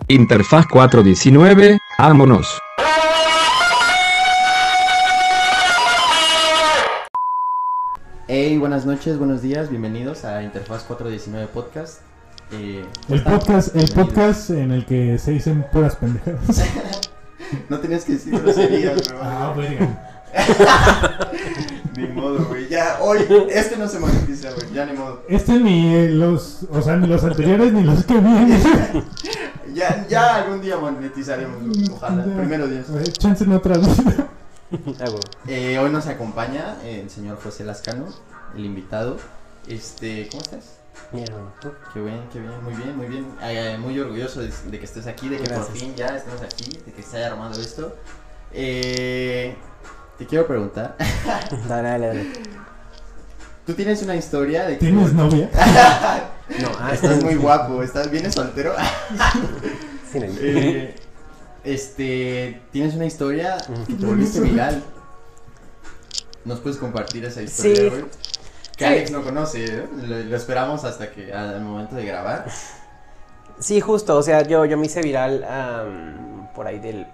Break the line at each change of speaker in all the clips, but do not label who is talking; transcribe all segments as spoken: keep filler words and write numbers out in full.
Interfaz cuatro diecinueve, vámonos.
Hey, buenas noches, buenos días, bienvenidos a Interfaz cuatro diecinueve Podcast. Eh,
el podcast, el podcast en el que se dicen puras pendejadas.
No tenías que decir groserías, bro.
Ah, verga.
Ni modo, güey. Ya, hoy, este no se monetiza, güey. Ya ni modo.
Este ni eh, los, o sea, ni los anteriores ni los que vienen.
Ya, ya algún día monetizaremos, ojalá.
Ya.
Primero Dios.
Eh, Chance en otra vida.
Eh, hoy nos acompaña eh, el señor José Lascano, el invitado. Este, ¿cómo estás?
Bien, ¿tú?
Qué bien, qué bien, muy bien, muy bien. Ay, muy orgulloso de, de que estés aquí, de que
Gracias.
por fin ya estemos aquí, de que se haya armado esto. Eh, te quiero preguntar.
Dale, dale, dale.
¿Tú tienes una historia de que...
¿Tienes novia?
No, ah,
Estás muy guapo, ¿estás bien soltero?
Sí, no.
Eh, este, tienes una historia que te volviste viral. ¿Nos puedes compartir esa historia,
Sí.
güey? Que
Sí.
Alex no conoce, ¿eh? lo, lo esperamos hasta que al momento de grabar.
Sí, justo, o sea, yo, yo me hice viral um, por ahí del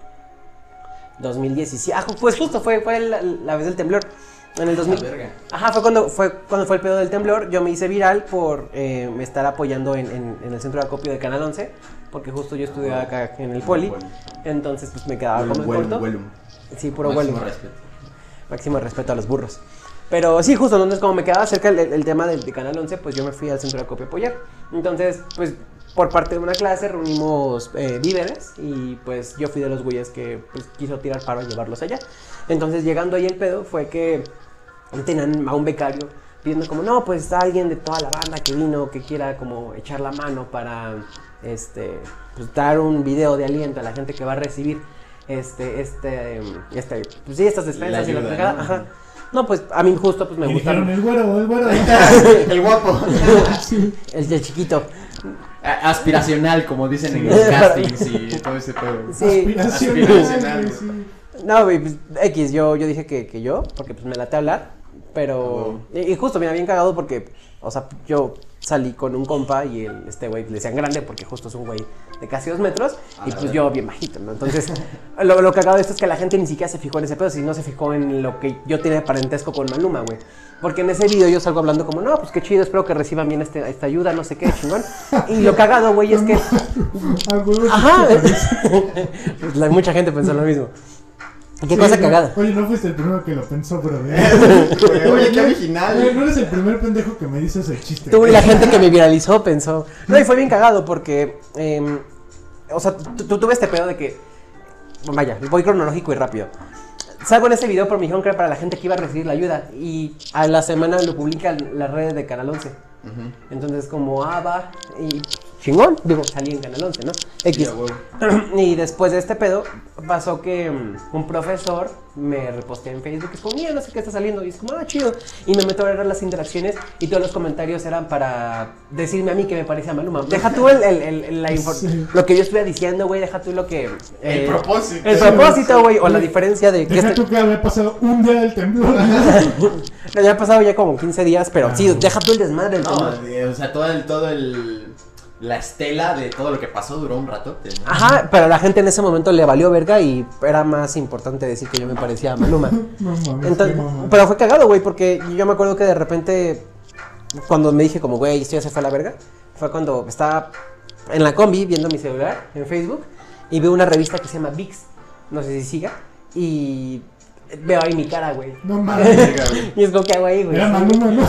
dos mil diecisiete. Ah, pues justo, fue, fue la, la vez del temblor. En el dos mil.
La verga.
Ajá, fue cuando fue cuando fue el pedo del temblor. Yo me hice viral por eh, estar apoyando en, en, en el centro de acopio de Canal once, porque justo yo estudiaba acá en el poli. Entonces, pues me quedaba como en corto.
Vuelum,
Sí, puro
Máximo
vuelo.
respeto.
Máximo respeto a los burros. Pero sí, justo, entonces como me quedaba cerca el, el tema del de Canal once, pues yo me fui al centro de acopio a apoyar. Entonces, pues por parte de una clase reunimos eh, víveres y pues yo fui de los güeyes que pues, quiso tirar paro a llevarlos allá. Entonces llegando ahí el pedo fue que tenían a un becario pidiendo como, no, pues está alguien de toda la banda que vino, que quiera como echar la mano para este, pues, dar un video de aliento a la gente que va a recibir este, este, este, pues sí, estas despensas y la
ayuda,
fregada,
¿no?
ajá. No, pues a mí justo pues me
Y dijeron,
gustaron.
el güero, el güero.
El guapo.
Sí.
El, el chiquito.
A- Aspiracional, como dicen en los castings y todo ese pedo.
Sí.
Aspiracional.
Aspiracional.
güey, sí.
No, güey, pues, X, yo, yo dije que, que yo, porque pues me late hablar, pero... Y, y justo, mira, bien cagado porque, o sea, yo salí con un compa y el, este güey le decían grande porque justo es un güey de casi dos metros
A
y
la
pues
verga.
yo bien bajito, ¿no? Entonces, lo, lo cagado de esto es que la gente ni siquiera se fijó en ese pedo, sino se fijó en lo que yo tenía de parentesco con Maluma, güey. Porque en ese video yo salgo hablando como, no, pues qué chido, espero que reciban bien este, esta ayuda, no sé qué, chingón. Y lo cagado, güey, es que...
Ah, güey,
Ajá. Pues la- mucha gente pensó lo mismo. ¿Qué
sí,
cosa
no,
cagada?
Oye, no fuiste el primero que lo pensó, bro. ¿eh?
Oye, qué
no-
original.
Oye, no eres el primer pendejo que me dices el chiste.
Tú y la gente que me viralizó pensó. No, y fue bien cagado porque. eh, o sea, tú tú tuve este pedo de que. Vaya, voy cronológico y rápido. Salgo en ese video, pero me dijeron que era para la gente que iba a recibir la ayuda. Y a la semana lo publican las redes de Canal once.
Ujú.
Entonces, como, ah, va. Y chingón. Digo, salí en Canal once, ¿no? X.
Ya, huevo.
Y después de este pedo, pasó que um, un profesor me repostea en Facebook. Es como, mira, no sé qué está saliendo. Y es como, ah, chido. Y me meto a ver las interacciones. Y todos los comentarios eran para decirme a mí que me parecía Maluma. Deja tú el, el, el- el- la infor-
Sí.
lo que yo estuviera diciendo, güey. Deja tú lo que.
El
eh,
propósito.
El propósito, güey. O la diferencia de que
Deja
este.
tú que había pasado un día del temblor.
No, ya ha pasado ya como quince días, pero
Ah.
sí, deja tú el desmadre. el
No,
temor.
eh, o sea, todo el, todo el, la estela de todo lo que pasó duró un rato.
Ajá, pero a la gente en ese momento le valió verga y era más importante decir que yo me parecía a Maluma.
No mames,
Entonces,
qué mamá.
pero fue cagado, güey, porque yo me acuerdo que de repente, cuando me dije como, güey, esto ya se fue a la verga, fue cuando estaba en la combi viendo mi celular en Facebook y veo una revista que se llama VIX, no sé si siga, y veo ahí mi cara, güey.
No mames.
Y es como que hago ahí, güey.
Era Maluma, ¿no?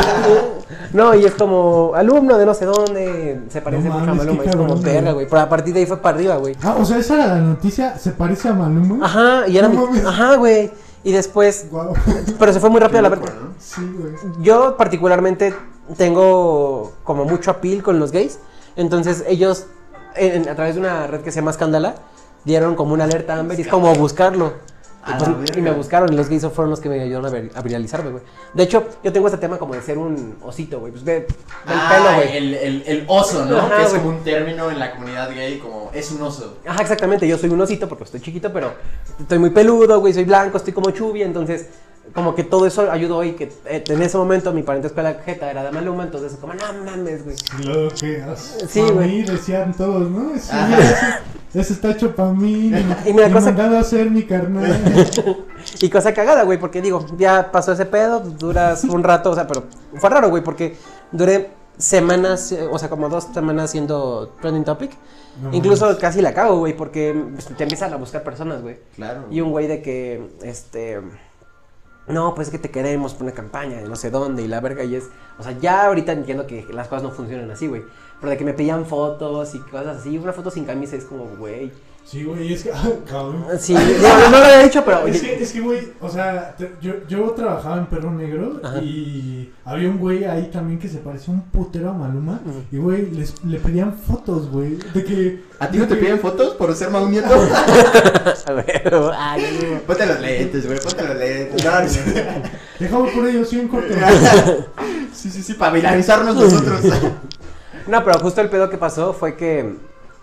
No, y es como alumno de no sé dónde, se parece
No
mucho a
mames,
Maluma,
qué
es como
cabrón,
verga,
güey.
güey, pero a partir de ahí fue para arriba, güey.
Ah, o sea, esa era la noticia. ¿Se parece a Maluma?
Ajá, y era
No
mi...
mames.
Ajá, güey. Y después,
Guau.
pero se fue muy rápido a la verga.
Sí, güey.
Yo particularmente tengo como mucho appeal con los gays. Entonces ellos, en- a través de una red que se llama Escándala, dieron como una alerta a Amber y es como buscarlo.
A
Y, pues,
la verga.
y me buscaron y los gays fueron los que me ayudaron a, vir- a viralizarme, güey. De hecho, yo tengo este tema como de ser un osito, güey. Pues ve, ve el
Ah,
pelo, güey.
el, el, el oso, ¿no?
Ajá,
que es
güey.
como un término en la comunidad gay, como es un oso.
Ajá, exactamente. Yo soy un osito porque estoy chiquito, pero estoy muy peludo, güey. Soy blanco, estoy como chubby. Entonces, como que todo eso ayudó y que eh, en ese momento mi parentesco de la jeta era de mal humor, entonces como, no mames, güey.
Lo que
Sí,
para
güey.
mí decían todos, ¿no? Sí, ese, ese está hecho para mí.
Y
Y
mira,
me
cosa-
mandado a hacer mi carnal.
Y cosa cagada, güey, porque digo, ya pasó ese pedo, duras un rato, o sea, pero fue raro, güey, porque duré semanas, eh, o sea, como dos semanas siendo trending topic.
No
Incluso
mames.
casi la cago, güey, porque pues, te empiezan a buscar personas, güey.
Claro.
Y un güey de que, este... No, pues es que te queremos por una campaña de no sé dónde y la verga y es... O sea, ya ahorita entiendo que las cosas no funcionan así, güey. Pero de que me pedían fotos y cosas así. Una foto sin camisa es como, güey...
Sí, güey, es que. Ah, cabrón.
Sí, digo, no lo había dicho, pero...
Es que, es que, güey, o sea, te- yo, yo trabajaba en Perro Negro
Ajá.
y había un güey ahí también que se parecía un putero a Maluma.
Ujú.
Y, güey, les, le pedían fotos, güey. De que.
¿A ti no
de
te
que-
piden fotos por ser Mau Nieto?
A ver, ay, no.
Ponte los lentes, güey, ponte los lentes. No, no,
Déjame por ellos, sí, un corto.
sí, sí, sí, para viralizarnos nosotros.
No, pero justo el pedo que pasó fue que,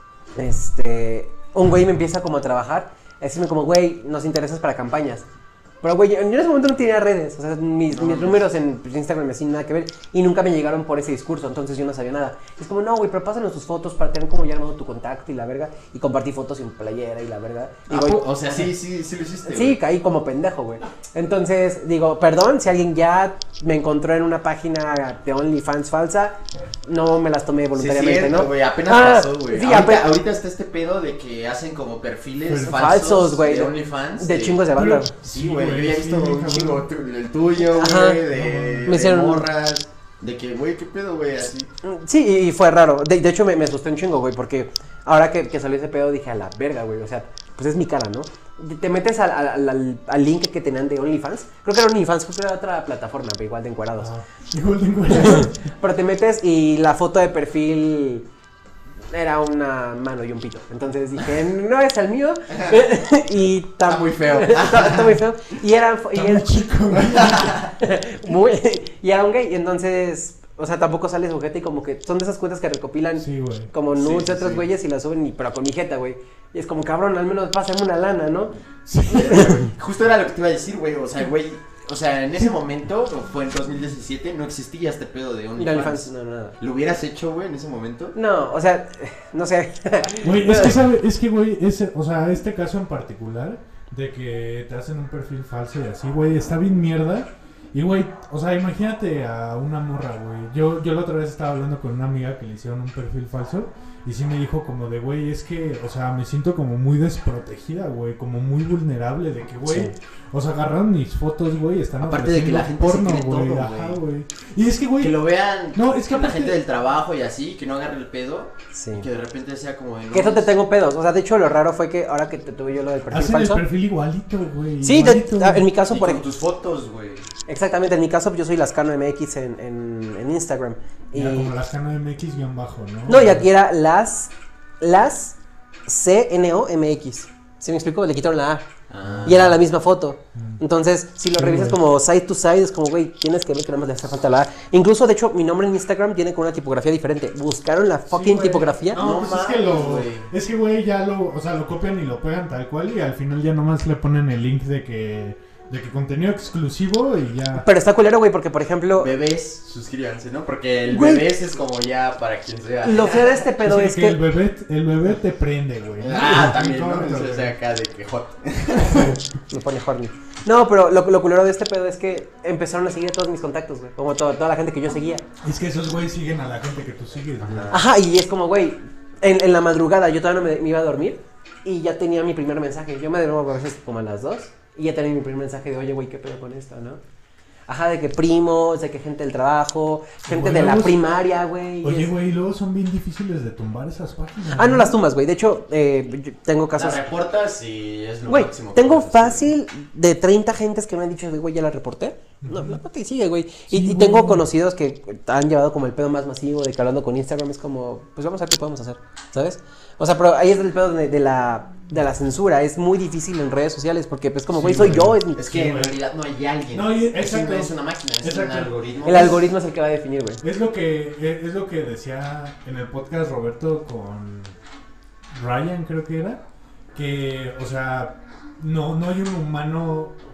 este, un güey me empieza como a trabajar, a decirme como, güey, nos interesas para campañas. Pero, güey, yo en ese momento no tenía redes, o sea, mis,
No,
mis
no.
números en pues, Instagram sin nada que ver, y nunca me llegaron por ese discurso, entonces yo no sabía nada. Es como, no, güey, pero pásanos tus fotos para tener como ya armado tu contacto y la verga, y compartí fotos en playera y la verga. Y,
Ah,
güey,
o sea, sí, sí, sí lo hiciste.
sí,
güey.
caí como pendejo, güey. Entonces, digo, perdón si alguien ya me encontró en una página de OnlyFans falsa, no me las tomé
Sí, es
voluntariamente,
cierto,
¿no?
güey, apenas
Ah,
pasó, güey.
sí,
ahorita,
apenas-
ahorita está este pedo de que hacen como perfiles
Pero
falsos,
falsos, güey,
de
de-
OnlyFans.
De chingos de banda.
Pero-
Sí, güey, yo
Sí,
ya he
sí,
visto
bien
un
cabrón.
chingo, tu- el tuyo,
Ajá.
güey, de,
Me hicieron-
de morras, de que, güey, qué pedo, güey, así.
Sí, y fue raro. De, de hecho, me, me asusté un chingo, güey, porque ahora que, que salió ese pedo dije, a la verga, güey. O sea, pues es mi cara, ¿no? Te metes al, al, al- al link que tenían de OnlyFans. Creo que era OnlyFans, creo que era otra plataforma, pero igual de encuerados.
Ah, igual tengo
Pero te metes y la foto de perfil era una mano y un pito. Entonces dije, no es el mío. Y
Está muy feo.
está, está muy feo. Y era, y
Está
era-
muy chico, güey.
muy- y era un gay. Y entonces, o sea, tampoco sale su jeta y como que son de esas cuentas que recopilan
Sí, güey.
como
Sí,
nudes
sí,
de otros
sí.
güeyes y las suben, y, pero con mi jeta, güey. Y es como, cabrón, al menos pásame una lana, ¿no?
Justo era lo que te iba a decir, güey, o sea, güey, o sea, en ese momento, fue en dos mil diecisiete, no existía este pedo de
Y
OnlyFans.
OnlyFans, no, nada.
¿Lo hubieras hecho, güey, en ese momento?
No, o sea, no sé.
Güey, es que, sabe, es que, güey, ese, o sea, este caso en particular, de que te hacen un perfil falso y así, güey, está bien mierda. Y, güey, o sea, imagínate a una morra, güey. Yo, yo la otra vez estaba hablando con una amiga que le hicieron un perfil falso. Y sí me dijo como de, güey, es que, o sea, me siento como muy desprotegida, güey. Como muy vulnerable de que, güey,
Sí.
o sea, agarraron mis fotos, güey, están
Aparte de que la gente
ofreciendo
se cree
porno, güey.
todo,
Ajá,
güey.
güey. Y es que, güey,
Que lo vean
no, es que
la
aparte-
gente del trabajo y así, que no agarre el pedo,
Sí.
y que de repente sea como de... no,
Que eso te
es-
tengo pedos. O sea, de hecho, lo raro fue que ahora que te tuve yo lo del perfil
hacen
falso.
el perfil igualito, güey.
Sí, de-
igualito,
ah,
güey.
en mi caso,
y
por
con
ejemplo.
tus fotos, güey.
Exactamente, en mi caso yo soy Lascano M X en, en, en Instagram. Y...
Era como las canas M X guión bajo, ¿no?
No, y aquí era las, las C N O M X. ¿Sí me explico? Le quitaron la A.
Ah.
Y era la misma foto.
Mm.
Entonces, si lo
Sí,
revisas
güey.
como side to side, es como, güey, tienes que ver que nada más le hace falta la A. Incluso, de hecho, mi nombre en Instagram tiene con una tipografía diferente. Buscaron la
Sí,
fucking
güey.
tipografía.
No,
No
pues
mames,
es que lo.
güey.
Es que, güey, ya lo. O sea, lo copian y lo pegan tal cual. Y al final ya nomás le ponen el link de que. De que contenido exclusivo y ya.
Pero está culero, güey, porque, por ejemplo,
Bebés, suscríbanse, ¿no? Porque el
Güey.
bebés es como ya para quien sea.
lo feo de este pedo
Es
es
que, el
que...
bebé, el bebé te prende, güey.
Ah, también, ¿no?
Cómetelo,
O
güey.
sea, acá de que hot.
Me pone horny. No, pero lo, lo culero de este pedo es que empezaron a seguir a todos mis contactos, güey. Como to- toda la gente que yo seguía.
Es que esos güeyes siguen a la gente que tú sigues, güey.
Ajá, y es como, güey, en, en la madrugada yo todavía no me, me iba a dormir y ya tenía mi primer mensaje. Yo me duermo a veces como a las dos y ya tenía mi primer mensaje de, oye, güey, ¿qué pedo con esto, no? Ajá, de que primos, de que gente del trabajo, gente
Güey,
de la
luego-
primaria, güey. y
Oye,
es-
güey, luego son bien difíciles de tumbar esas páginas.
Ah, no las tumbas, güey. De hecho, eh, yo tengo casos...
La reportas y es lo
Güey,
máximo. que
tengo
puedes hacer.
fácil de treinta gentes que me han dicho, güey, ya la reporté. No, la parte sigue, güey. Y,
Sí,
y
güey.
tengo conocidos que han llevado como el pedo más masivo de que hablando con Instagram es como, pues vamos a ver qué podemos hacer, ¿sabes? O sea, pero ahí es el pedo de, de la, de la censura. Es muy difícil en redes sociales porque, pues, como,
Sí,
güey, soy
güey.
yo. Es mi...
Es que
Sí,
en
güey.
realidad no hay alguien.
No, y-
Es
exacto.
un- es una máquina, es
Exacto.
un algoritmo.
El algoritmo es el que va a definir, güey.
Es lo que eh, es lo que decía en el podcast Roberto con Ryan, creo que era, que, o sea, no no hay un humano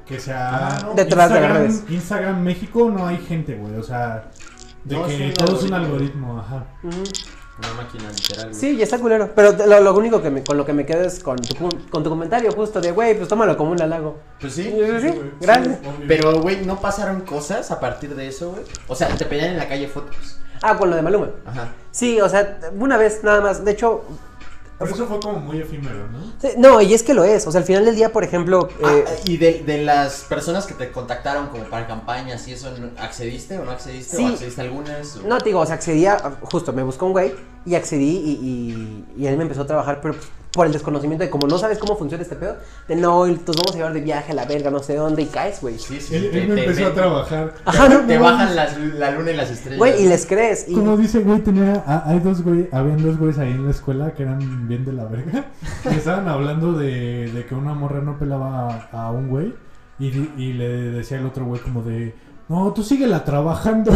que sea
Ah, no.
Detrás de las
Instagram,
redes.
Instagram México no hay gente, güey, o sea, de
No,
que
es un
todo es un
algoritmo.
algoritmo, ajá.
Ujú.
Una máquina literal. güey.
Sí, ya está culero. Pero lo, lo único que me, con lo que me quedo es con tu, con tu comentario justo de, güey, pues tómalo como un halago.
Pues sí.
Sí, sí, sí,
güey.
gracias.
Sí, obvio.
Pero, güey, ¿no pasaron cosas a partir de eso, güey? O sea, te pedían en la calle fotos.
Ah, con lo de Maluma.
Ajá.
Sí, o sea, una vez nada más. De hecho,
Pero eso fue como muy efímero, ¿no?
sí, no, y es que lo es. O sea, al final del día, por ejemplo, eh,
Ah, y de, de las personas que te contactaron como para campañas y eso, ¿no- ¿accediste o no accediste?
Sí.
¿O accediste a algunas? o-
no te digo, o sea, accedía, justo, me buscó un güey y accedí y, y, y él me empezó a trabajar, pero por el desconocimiento de como no sabes cómo funciona este pedo, de no, nos vamos a llevar de viaje a la verga, no sé dónde, y caes, güey.
Sí, sí.
Él,
te-
él me
te
empezó a
meten-
trabajar.
Ajá,
Te,
no,
te
no,
bajan las- la luna y las estrellas.
Güey, y les crees. Y,
Como dice, güey, tenía, ah, hay dos güey, habían dos güeyes ahí en la escuela que eran bien de la verga. Y estaban hablando de, de que una morra no pelaba a, a un güey. Y, di- y le decía al otro güey como de, no, tú síguela trabajando.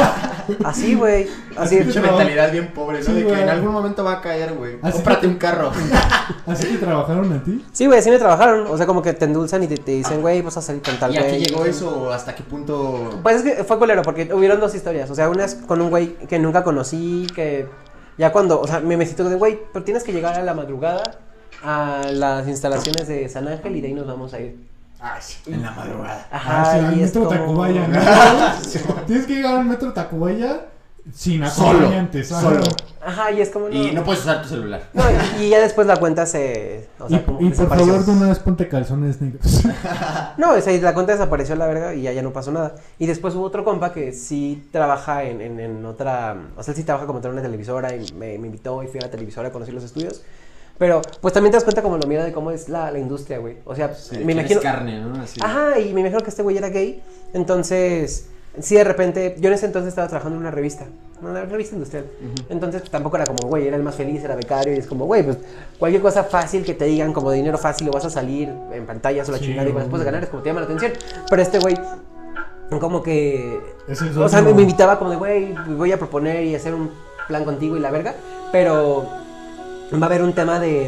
así, güey. Así.
Pinche mentalidad bien pobre, ¿no?
Sí,
de que
güey.
en algún momento va a caer, güey.
Así
Cómprate
que-
un carro.
Así que trabajaron a ti.
Sí, güey, así me trabajaron. O sea, como que te endulzan y te, te dicen, güey, vas a salir con tal
¿Y a qué
güey.
llegó eso? ¿Hasta qué punto?
Pues es que fue culero porque hubieron dos historias. O sea, una es con un güey que nunca conocí, que ya cuando, o sea, me me citó de güey, pero tienes que llegar a la madrugada a las instalaciones de San Ángel y de ahí nos vamos a ir.
Ay, sí, en la madrugada.
Ajá,
Ah, sí, al
y es
metro
como-
Tacubaya, ¿no? Tienes que llegar al metro Tacubaya sin
Solo,
acompañantes. ajá.
solo.
Ajá, y es como no.
Y no puedes usar tu celular.
No, y, y ya después la cuenta se, o sea,
Y,
como
y por
desapareció.
favor, de una vez ponte calzones negros.
No, o sea, y la cuenta desapareció la verga y ya, ya no pasó nada. Y después hubo otro compa que sí trabaja en, en, en otra, o sea, él sí trabaja como en una televisora y me, me invitó y fui a la televisora a conocer los estudios. Pero, pues también te das cuenta como lo mira de cómo es la, la industria, güey. O sea,
Sí,
me
que
imagino...
es carne, ¿no? Así.
Ajá, y me imagino que este güey era gay. Entonces, sí, de repente, yo en ese entonces estaba trabajando en una revista, una revista industrial.
Ujú.
Entonces, tampoco era como, güey, era el más feliz, era becario. Y es como, güey, pues cualquier cosa fácil que te digan, como de dinero fácil, o vas a salir en pantallas o la
Sí,
chingada y vas después de
güey.
ganar, es como te llama la atención. Pero este güey, como que.
Es el
O sea,
sueño.
me, me invitaba como de, güey, voy a proponer y hacer un plan contigo y la verga. Pero va a haber un tema de.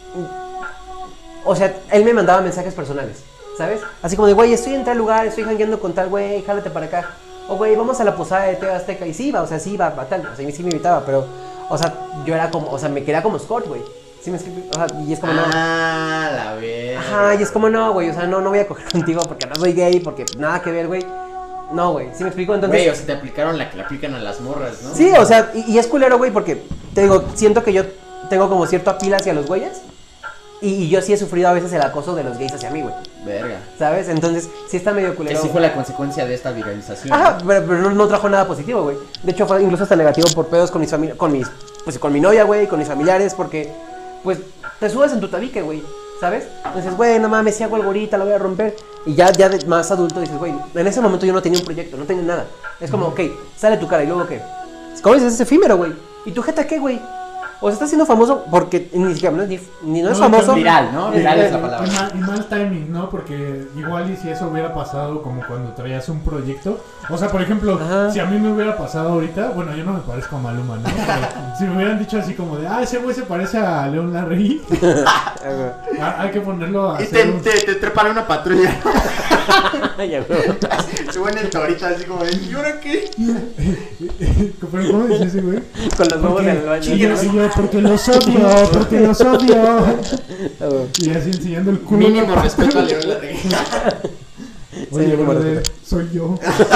O sea, él me mandaba mensajes personales, ¿sabes? Así como de, güey, estoy en tal lugar, estoy jangueando con tal güey, jálate para acá. O, güey, vamos a la posada de T V Azteca. Y sí iba, o sea, sí iba, a tal. O sea, y sí me invitaba, pero, o sea, yo era como, o sea, me quería como escort, güey. Sí me explico, o sea, y es como, no.
Ah, la verga.
Ajá, y es como, no, güey, o sea, no, no voy a coger contigo porque no soy gay, porque nada que ver, güey. No, güey, ¿sí me explico? Entonces...
Güey, o sea, te aplicaron la que le aplican a las morras, ¿no?
Sí, o sea, y, y es culero, güey, porque, te digo, siento que yo tengo como cierto apil hacia los güeyes. Y, y yo sí he sufrido a veces el acoso de los gays hacia mí, güey.
Verga.
¿Sabes? Entonces, sí está medio
Que
culero.
sí fue la consecuencia de esta viralización.
Ajá,
¿no?
pero, pero no, no trajo nada positivo, güey. De hecho, fue incluso hasta negativo por pedos con mis familia, con mis, pues con mi novia, güey, con mis familiares, porque, pues, te subes en tu tabique, güey, ¿sabes? Entonces, güey, no mames, si hago algo ahorita, lo voy a romper. Y ya, ya de más adulto dices, güey, en ese momento yo no tenía un proyecto, no tenía nada. Es como, ok, sale tu cara y luego, ¿qué? ¿Cómo dices? Es efímero, güey. ¿Y tu jeta qué, güey? O sea, estás siendo famoso porque ni siquiera, no es, ni, ni no es
No,
famoso.
viral, ¿no?
Eh,
Viral
eh,
es la
y
palabra.
mal, y mal timing, ¿no? Porque igual y si eso hubiera pasado como cuando traías un proyecto. O sea, por ejemplo,
Ajá.
si a mí me hubiera pasado ahorita, bueno, yo no me parezco a Maluma, ¿no? Pero si me hubieran dicho así como de, ah, ese güey se parece a León Larry, ah, hay que ponerlo a
Y
hacer
te,
un-
te, te trepan una patrulla.
Ya, güey.
Suben el torito así como de, ¿y ahora qué?
Pero ¿cómo dice ese güey?
Con los huevos
Porque-
en el baño.
y yo, y yo, porque los odio, porque los odio. Y así enseñando el culo.
Mínimo respeto a León Larregui.
Oye,
Sí, como
brother,
respeto.
soy yo.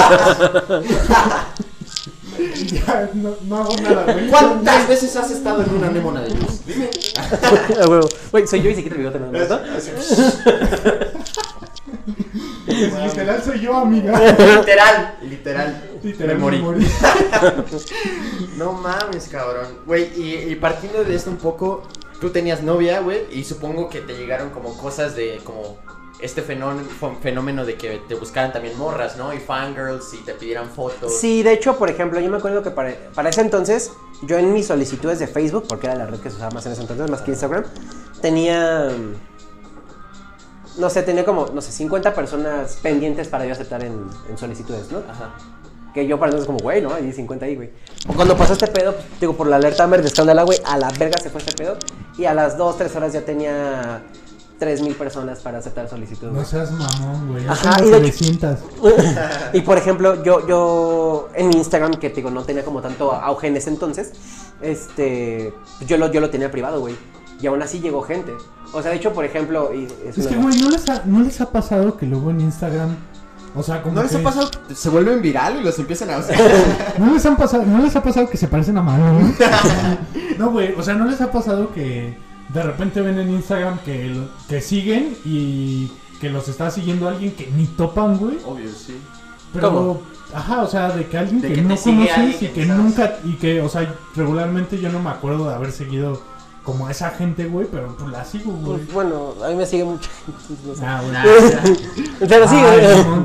Ya, no, no hago nada, güey.
¿Cuántas veces has estado en una anémona de luz? Dime.
A huevo. Güey, soy yo y se quita el bigote, ¿no? ¿No?
Literal soy yo, amiga.
Literal, literal.
Literal,
me morí.
me morí.
No mames, cabrón. Güey, y, y partiendo de esto un poco, tú tenías novia, güey, y supongo que te llegaron como cosas de como este fenómeno, fenómeno de que te buscaran también morras, ¿no? Y fangirls y te pidieran fotos.
Sí, de hecho, por ejemplo, yo me acuerdo que para, para ese entonces, yo en mis solicitudes de Facebook, porque era la red que se usaba más en ese entonces, más que Instagram, tenía, no sé, tenía como, no sé, cincuenta personas pendientes para yo aceptar en, en solicitudes, ¿no?
Ajá.
Que yo para entonces como, güey, ¿no? Hay cincuenta ahí, güey. O cuando pasó este pedo, pues, digo, por la alerta Amber de escándalo, güey, a la verga se fue este pedo. Y a las dos, tres horas ya tenía tres mil personas para aceptar solicitud.
No seas mamón, güey.
Ajá,
Ajá,
y de hecho-
trescientas.
Y por ejemplo, yo, yo en mi Instagram, que te digo, no tenía como tanto auge en ese entonces, este, yo lo, yo lo tenía privado, güey. Y aún así llegó gente. O sea, de hecho, por ejemplo, y es,
Es
una-
que, güey, ¿no les, ha, ¿no les ha pasado que luego en Instagram, o sea, como
¿No les
que...
ha pasado que se vuelven viral y los empiezan a usar?
¿No les, han pasado, ¿No les ha pasado que se parecen a Maluma? No, güey, o sea, ¿no les ha pasado que de repente ven en Instagram que, lo- que siguen y que los está siguiendo alguien que ni topan, güey?
Obvio, sí.
Pero,
¿Cómo?
ajá, o sea, de que alguien
De
que,
que te
no
sigue
conoces
alguien
y
que
que
no sabes.
nunca, y que, o sea, regularmente yo no me acuerdo de haber seguido como a esa gente, güey, pero pues la sigo, güey.
Pues, bueno, a mí me sigue mucho. No sé.
Ah, güey.
Nah,
Pero sí,
Ay,
güey.
Simón,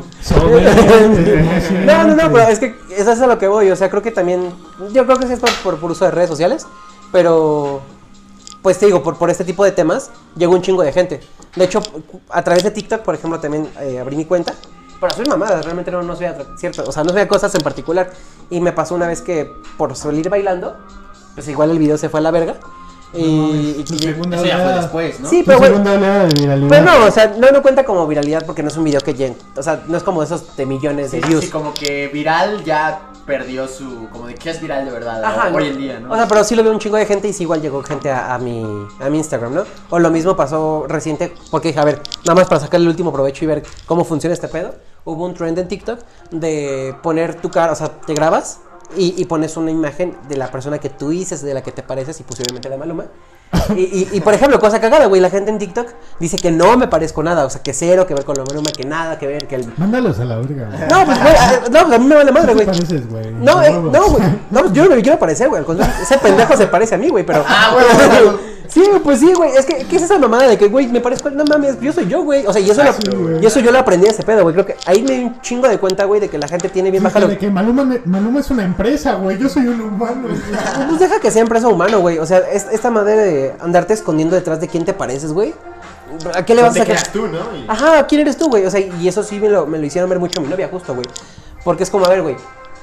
sobre-
No, no, no, pero es que eso es a lo que voy. O sea, creo que también. Yo creo que sí es por, por, por uso de redes sociales. Pero. Pues te digo, por, por este tipo de temas, llegó un chingo de gente. De hecho, a través de TikTok, por ejemplo, también eh, abrí mi cuenta. Para hacer mamadas, realmente no, no soy cierto. O sea, no soy cosas en particular. Y me pasó una vez que por salir bailando, pues igual el video se fue a la verga. Y. y-
Tu
y-
segunda
eso ya fue
oleada-
después, ¿no?
Sí,
tu
pero bueno.
segunda oleada de viralidad.
Pero no, o sea, no, no cuenta como viralidad porque no es un video que lleguen. O sea, no es como esos de millones
Sí,
de views.
sí, como que viral ya perdió su... Como de que es viral de verdad
Ajá,
hoy
¿no?
en día, ¿no?
O sea, pero sí lo veo un chingo de gente y sí igual llegó gente a, a mi a mi Instagram, ¿no? O lo mismo pasó reciente porque dije, a ver, nada más para sacar el último provecho y ver cómo funciona este pedo. Hubo un trend en TikTok de poner tu cara, o sea, te grabas y, y pones una imagen de la persona que tú dices, de la que te pareces y posiblemente de Maluma. Y, y, y por ejemplo, cosa cagada, güey, la gente en TikTok dice que no me parezco nada, o sea, que cero que ver con lo Maluma, que nada que ver, que el...
Mándalos a la verga, güey.
No, pues, güey, a- no, pues a mí me vale madre,
¿Qué te
güey.
pareces, güey?
No,
De
eh,
huevos.
no, güey. No, pues yo no me quiero parecer, güey. Al contrario, ese pendejo se parece a mí, güey, pero.
Ah, bueno, bueno.
Sí, pues sí, güey. Es que, ¿qué es esa mamada de que, güey, me parezco? No mames, yo soy yo, güey. O sea, y eso,
Exacto,
lo,
güey.
y eso yo lo aprendí de ese pedo, güey. Creo que ahí me di un chingo de cuenta, güey, de que la gente tiene bien
Sí,
baja lo.
de que Maluma, me- Maluma es una empresa, güey. Yo soy un humano, güey.
Pues deja que sea empresa humano, güey. O sea, es- esta manera de andarte escondiendo detrás de quién te pareces, güey. ¿A qué le vas a
Te
sacar?
creas tú, ¿no? Y-
Ajá, ¿quién eres tú, güey? O sea, y eso sí me lo, me lo hicieron ver mucho a mi novia, justo, güey. Porque es como, a ver, güey,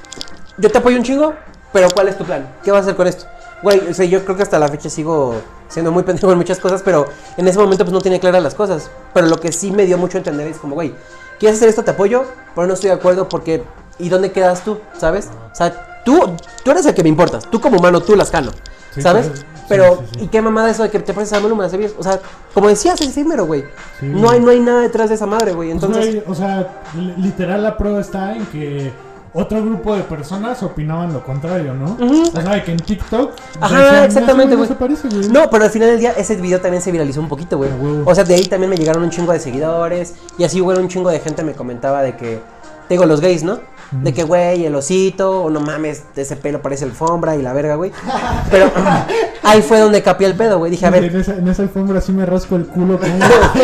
yo te apoyo un chingo, pero ¿cuál es tu plan? ¿Qué vas a hacer con esto? Güey, o sea, yo creo que hasta la fecha sigo siendo muy pendejo en muchas cosas, pero en ese momento pues no tenía claras las cosas. Pero lo que sí me dio mucho a entender es como, güey, ¿quieres hacer esto? Te apoyo, pero no estoy de acuerdo porque... ¿Y dónde quedas tú? ¿Sabes? O sea, tú, tú eres el que me importas. Tú como humano, tú Lascano.
Sí,
¿Sabes?
sí, sí,
Pero,
sí, sí.
¿y qué mamada eso de que te pareces a Maluma? ¿Sabías? O sea, como decías, es efímero, güey.
Sí.
No hay, no hay nada detrás de esa madre, güey.
Pues,
Entonces...
güey, o sea, li- literal la prueba está en que otro grupo de personas opinaban lo contrario, ¿no?
Ujú.
O sea, que en TikTok.
Ajá,
decían,
exactamente,
"No,
güey.
se parece, güey".
No, pero al final del día ese video también se viralizó un poquito, güey.
A huevo.
O sea, de ahí también me llegaron un chingo de seguidores. Y así, güey, un chingo de gente me comentaba de que... Te digo, los gays, ¿no? De que, güey, el osito, o no mames, de ese pelo parece alfombra y la verga, güey. Pero ahí fue donde capié el pedo, güey. Dije, a ver,
En esa, en esa alfombra sí me rasco el culo como un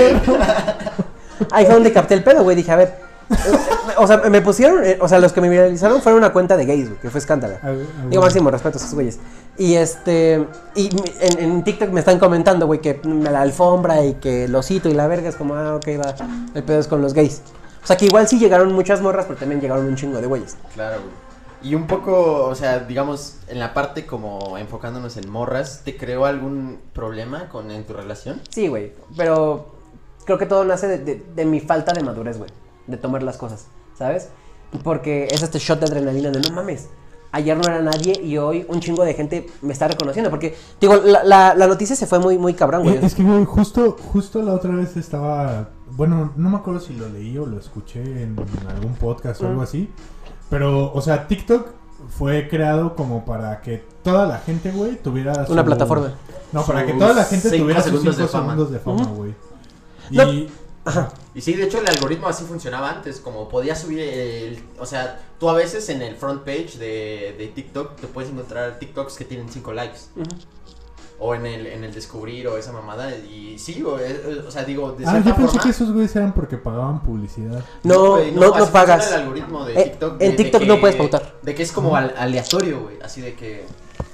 ahí fue donde capté el pedo, güey. Dije, a ver. eh, O sea, me pusieron, eh, o sea, los que me viralizaron fueron una cuenta de gays, güey, que fue escándalo.
A ver, a ver.
Digo, máximo respeto a esos güeyes. Y este. Y mi- en, en TikTok me están comentando, güey, que la alfombra y que el osito y la verga es como, ah, ok, va. El pedo es con los gays. O sea, que igual sí llegaron muchas morras, pero también llegaron un chingo de güeyes.
Claro, güey. Y un poco, o sea, digamos, en la parte como enfocándonos en morras, ¿te creó algún problema con en tu relación?
Sí, güey. Pero creo que todo nace de, de- de mi falta de madurez, güey. De tomar las cosas, ¿sabes? Porque es este shot de adrenalina de no mames. Ayer no era nadie y hoy un chingo de gente me está reconociendo. Porque, digo, la, la, la noticia se fue muy, muy cabrón, güey.
Eh, Es que, güey, justo, justo la otra vez estaba. Bueno, no me acuerdo si lo leí o lo escuché en algún podcast o algo
Mm.
así. Pero, o sea, TikTok fue creado como para que toda la gente, güey, tuviera.
Una plataforma.
No, para que
Sus
toda la gente
cinco
tuviera sus
segundos
cinco
de fama.
segundos de fama,
Ujú.
güey.
No.
Y.
Ajá.
Y sí, de hecho el algoritmo así funcionaba antes, como podías subir el... O sea, tú a veces en el front page de, de TikTok te puedes encontrar TikToks que tienen cinco likes.
Ujú.
O en el, en el descubrir o esa mamada. Y sí, o, eh, o sea, digo, de
Ah,
cierta
yo pensé
forma...
que esos güeyes eran porque pagaban publicidad.
No,
güey,
no, no,
así
pagas.
funciona el algoritmo de
Eh,
TikTok.
en
de- de
TikTok
que-
no puedes pautar.
De que es como al- aleatorio, güey. Así de que...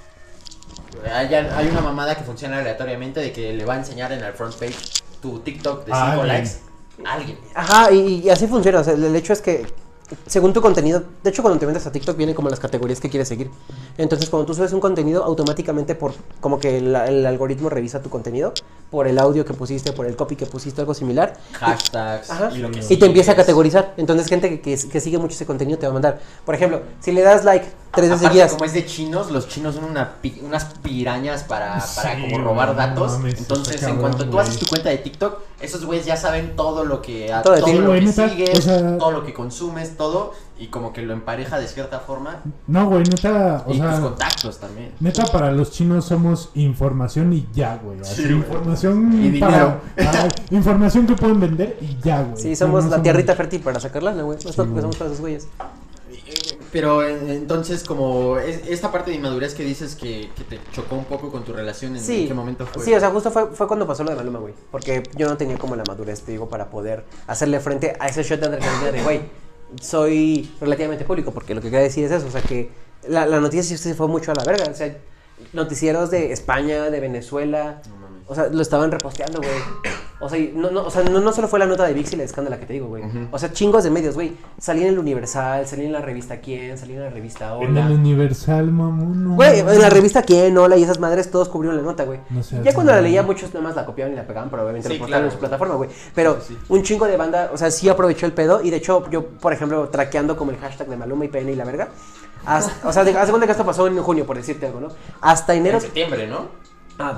Hay, hay una mamada que funciona aleatoriamente de que le va a enseñar en el front page tu TikTok de
A
cinco
alguien.
likes a alguien.
Ajá, y, y así funciona. O sea, el, el hecho es que, según tu contenido, de hecho, cuando te metes a TikTok, vienen como las categorías que quieres seguir. Entonces, cuando tú subes un contenido, automáticamente, por como que el, el algoritmo revisa tu contenido, por el audio que pusiste, por el copy que pusiste, algo similar.
Hashtags
Ajá.
y lo que
Y te empieza a
sigues.
categorizar. Entonces, gente que, que, que sigue mucho ese contenido te va a mandar. Por ejemplo, si le das like tres veces
Aparte,
seguidas.
como es de chinos, los chinos son una pi- unas pirañas para, para
Sí,
como robar
güey,
datos.
no mames,
Entonces,
está
en
cabrón,
cuanto tú
güey.
haces tu cuenta de TikTok, esos güeyes ya saben todo lo que a-
Todo de
todo,
ti.
lo
Güey,
que
neta,
sigues,
o sea-
todo lo que consumes, todo, y como que lo empareja de cierta forma.
No, güey, neta, o
y tus
sea,
contactos también.
neta para los chinos somos información y ya, güey. Así,
Sí, güey.
información
Y
para, ah, información que pueden vender y ya, güey.
Sí,
O sea,
somos
no
la tierrita fértil para sacar lana, güey. No es tanto que
güey.
somos para esos güeyes.
Pero eh, entonces, como es- esta parte de inmadurez que dices que, que te chocó un poco con tu relación, ¿en,
Sí.
en qué momento fue?
Sí, o sea, justo fue, fue cuando pasó lo de Maluma, güey. Porque yo no tenía como la madurez, te digo, para poder hacerle frente a ese shot de adrenalina de, güey, soy relativamente público. Porque lo que quería decir es eso, o sea, que la, la noticia sí se fue mucho a la verga. O sea, noticieros de España, de Venezuela,
No mames.
o sea, lo estaban reposteando, güey. O sea, y no, no, o sea no, no solo fue la nota de Vix y la escándala que te digo, güey.
Ujú.
O sea, chingos de medios, güey. Salí en el Universal, salí en la revista Quién, salí en la revista
En el
Hola.
Universal, mamón. no
Güey,
mames.
en la revista Quién, Hola y esas madres, todos cubrieron la nota, güey.
No seas
Ya cuando la
mamón.
leía, muchos nada más la copiaban y la pegaban, pero obviamente
Sí,
lo posteaban
claro.
en su plataforma, güey. Pero
Sí, sí.
un chingo de banda, o sea, sí aprovechó el pedo. Y de hecho, yo, por ejemplo, traqueando como el hashtag de Maluma y P N y la verga. hasta- o sea, de- haz de cuenta que esto pasó en junio, por decirte algo, ¿no? Hasta enero.
En septiembre, ¿no?
Ah,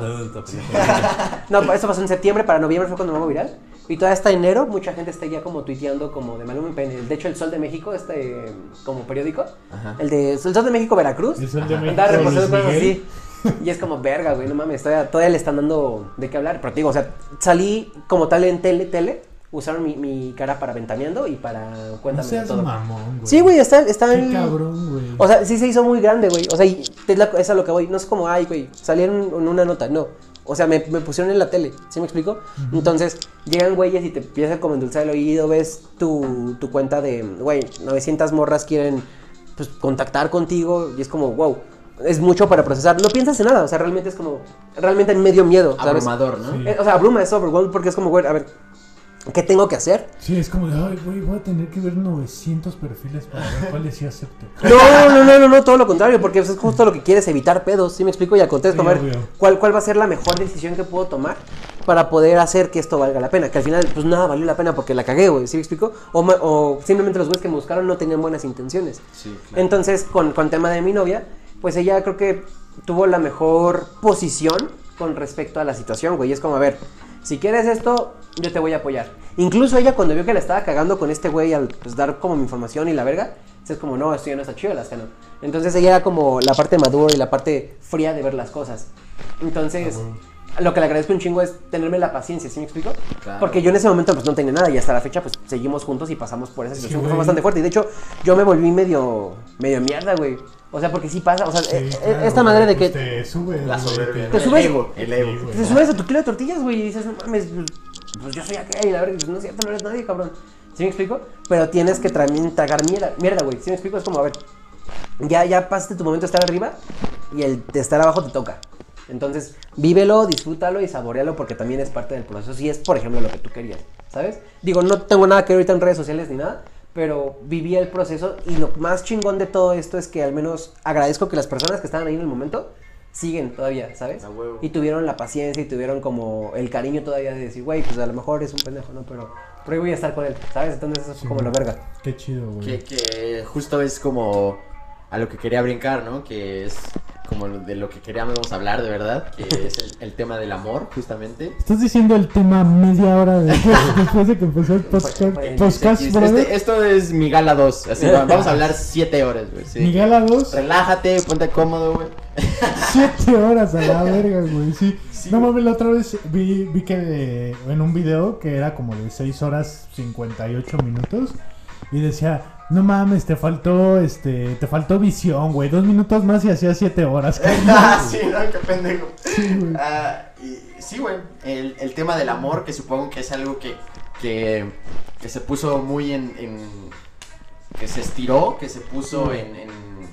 no, esto pasó en septiembre, para noviembre fue cuando me hago viral. Y todavía hasta enero mucha gente está ya como tuiteando como de Maluma y P N. De hecho, el Sol de México, este como periódico,
Ajá.
el de el Sol de México Veracruz,
El Sol de
Ajá.
México,
andaba reposteando
Luis
cosas así.
Miguel.
Y es como, verga, güey, no mames, todavía, todavía le están dando de qué hablar. Pero te digo, o sea, salí como tal en tele, tele, usaron mi, mi cara para Ventaneando y para
No
Cuéntame de
seas
todo.
mamón, güey.
Sí, güey, está, está
Qué
en...
cabrón, güey.
O sea, sí se hizo muy grande, güey. O sea, y es, la- es a lo que voy. No es como, ay, güey, salí en, en una nota, no. O sea, me, me pusieron en la tele, ¿sí me explico? Entonces, llegan güeyes y te empiezan como a endulzar el oído, ves tu, tu cuenta de, güey, novecientas morras quieren, pues, contactar contigo y es como, wow, es mucho para procesar. No piensas en nada, o sea, realmente es como, realmente me dio miedo, ¿sabes?
Abrumador, ¿no?
Sí.
Eh, o sea, abruma, es overwhelmed porque es como, güey, a ver, ¿qué tengo que hacer?
Sí, es como de, ay, güey, voy a tener que ver novecientos perfiles para ver cuáles sí acepto.
No, no, no, no, no, todo lo contrario, porque eso es justo lo que quieres, evitar pedos, ¿sí me explico? Y al contrario, es como,
Sí,
a ver,
obvio.
¿cuál, ¿cuál va a ser la mejor decisión que puedo tomar para poder hacer que esto valga la pena? Que al final, pues nada, valió la pena porque la cagué, güey, ¿sí me explico? O, ma- o simplemente los güeyes que me buscaron no tenían buenas intenciones.
Sí, claro.
Entonces, con, con tema de mi novia, pues ella creo que tuvo la mejor posición con respecto a la situación, güey. Es como, a ver, si quieres esto, yo te voy a apoyar. Incluso ella cuando vio que la estaba cagando con este güey al pues, dar como mi información y la verga, es como, no, esto ya no está chido, las que no. Entonces ella era como la parte madura y la parte fría de ver las cosas. Entonces, lo que le agradezco un chingo es tenerme la paciencia, ¿sí me explico?
Claro.
Porque yo en ese momento pues no tenía nada y hasta la fecha pues seguimos juntos y pasamos por esa
Sí,
situación que
güey.
fue bastante fuerte. Y de hecho, yo me volví medio, medio mierda, güey. O sea, porque sí pasa, o sea,
Sí,
eh,
claro,
esta madre de
pues
que
te sube,
La
güey,
soberbia.
Te
El
subes-
ego, el ego.
Sí, güey.
te subes a tu kilo de tortillas, güey, y dices, no mames, pues yo soy aquel, y la verdad, pues no es cierto, no eres nadie, cabrón. ¿Sí me explico? Pero tienes que también tragar mierda, mierda, güey. ¿Sí me explico? Es como, a ver, ya, ya pasaste tu momento de estar arriba y el de estar abajo te toca. Entonces, vívelo, disfrútalo y saborealo porque también es parte del proceso. Si es, por ejemplo, lo que tú querías, ¿sabes? Digo, no tengo nada que ver ahorita en redes sociales ni nada, pero viví el proceso y lo más chingón de todo esto es que al menos agradezco que las personas que estaban ahí en el momento siguen todavía, ¿sabes?
A huevo.
Y tuvieron la paciencia y tuvieron como el cariño todavía de decir, güey, pues a lo mejor es un pendejo, ¿no? Pero, pero ahí voy a estar con él, ¿sabes? Entonces eso es
Sí,
como la
güey.
verga.
Qué chido, güey.
Que, que justo es como a lo que quería brincar, ¿no? Que es como lo- de lo que queríamos hablar de verdad, que es el, el tema del amor, justamente.
Estás diciendo el tema media hora de, después de que empezó el podcast,
Pues,
podcast
Este-
brother.
este- esto es mi gala dos, así va- vamos a hablar siete horas, güey. sí.
Mi gala dos,
Relájate, ponte cómodo, güey.
siete horas a la verga, güey. Sí.
Sí,
No
güey.
mames, la otra vez vi, vi que de- en un video que era como de seis horas cincuenta y ocho minutos y decía, no mames, te faltó, este, te faltó visión, güey. Dos minutos más y hacía siete horas.
Ah, sí, no, qué pendejo.
Sí, güey.
Ah, y- sí, güey. El, el tema del amor, que supongo que es algo que, que, que se puso muy en, en- que se estiró, que se puso en, en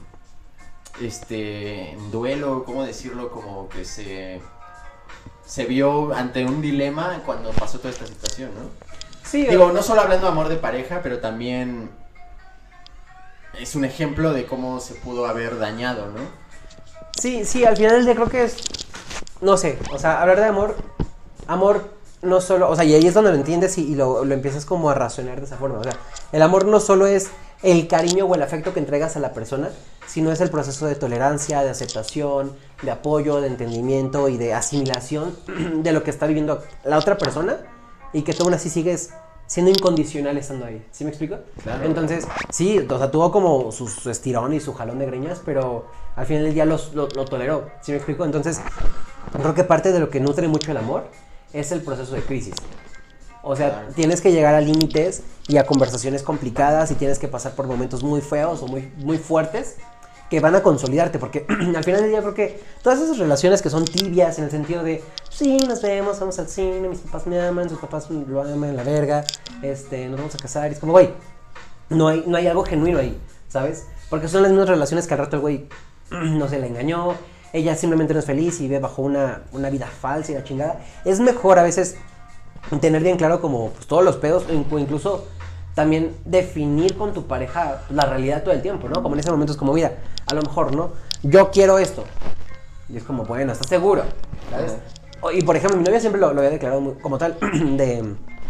este en duelo, ¿cómo decirlo? Como que se se vio ante un dilema cuando pasó toda esta situación, ¿no?
Sí,
Digo, no solo hablando de amor de pareja, pero también es un ejemplo de cómo se pudo haber dañado, ¿no?
Sí, sí, al final del día creo que es, no sé, o sea, hablar de amor amor no solo, o sea, y ahí es donde lo entiendes y, y lo, lo empiezas como a razonar de esa forma. O sea, el amor no solo es el cariño o el afecto que entregas a la persona, sino es el proceso de tolerancia, de aceptación, de apoyo, de entendimiento y de asimilación de lo que está viviendo la otra persona y que tú aún así sigues siendo incondicional estando ahí. ¿Sí me explico?
Claro.
Entonces, sí, o sea, tuvo como su, su estirón y su jalón de greñas, pero al final del día los, lo, lo toleró. ¿Sí me explico? Entonces, creo que parte de lo que nutre mucho el amor es el proceso de crisis. O sea, claro. Tienes que llegar a límites y a conversaciones complicadas y tienes que pasar por momentos muy feos o muy, muy fuertes que van a consolidarte, porque al final del día creo que todas esas relaciones que son tibias en el sentido de sí, nos vemos, vamos al cine, mis papás me aman, sus papás lo aman, la verga, este, nos vamos a casar, y es como, güey, no hay, no hay algo genuino ahí, ¿sabes? Porque son las mismas relaciones que al rato el güey no se le engañó, ella simplemente no es feliz y vive bajo una, una vida falsa y la chingada. Es mejor a veces tener bien claro como pues, todos los pedos, o incluso también definir con tu pareja la realidad todo el tiempo, ¿no? Como en ese momento es como, mira, a lo mejor, ¿no? Yo quiero esto. Y es como, bueno, ¿estás seguro? ¿Sabes? Uh-huh. Y por ejemplo, mi novia siempre lo, lo había declarado muy, como tal, de...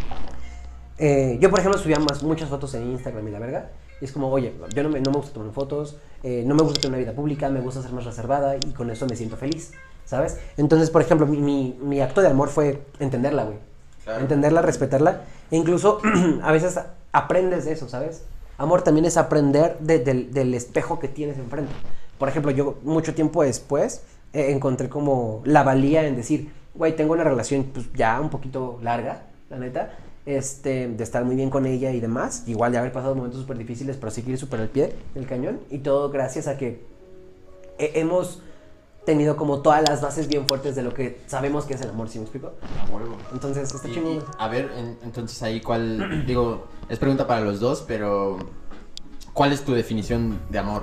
Eh, yo, por ejemplo, subía más, muchas fotos en Instagram y la verga. Y es como, oye, yo no me, no me gusta tomar fotos, eh, no me gusta tener una vida pública, me gusta ser más reservada y con eso me siento feliz, ¿sabes? Entonces, por ejemplo, mi, mi, mi acto de amor fue entenderla, güey. Claro. Entenderla, respetarla. E incluso, a veces aprendes de eso, ¿sabes? Amor también es aprender de, de, del espejo que tienes enfrente. Por ejemplo, yo mucho tiempo después eh, encontré como la valía en decir, güey, tengo una relación pues ya un poquito larga, la neta, este, de estar muy bien con ella y demás. Igual de haber pasado momentos súper difíciles, pero seguir súper al pie del cañón. Y todo gracias a que eh, hemos tenido como todas las bases bien fuertes de lo que sabemos que es el amor, ¿sí me explico?
A huevo.
Entonces, está
y,
chingón.
Y, a ver, en, entonces ahí cuál, digo, es pregunta para los dos, pero ¿cuál es tu definición de amor?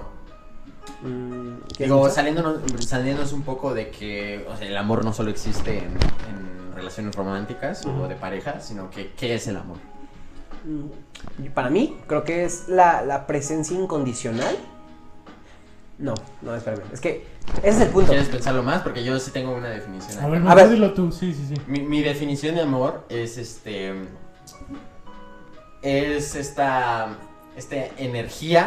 Mm, digo, saliéndonos, saliéndonos un poco de que, o sea, el amor no solo existe en, en relaciones románticas uh-huh. o de pareja, sino que, ¿qué es el amor?
Mm, para mí, creo que es la, la presencia incondicional. No, no, espérame. Es que ese es el punto.
¿Quieres pensarlo más? Porque yo sí tengo una definición.
A ver, a ver, dilo tú. Sí, sí, sí.
Mi, mi definición de amor es este... Es esta... Esta energía...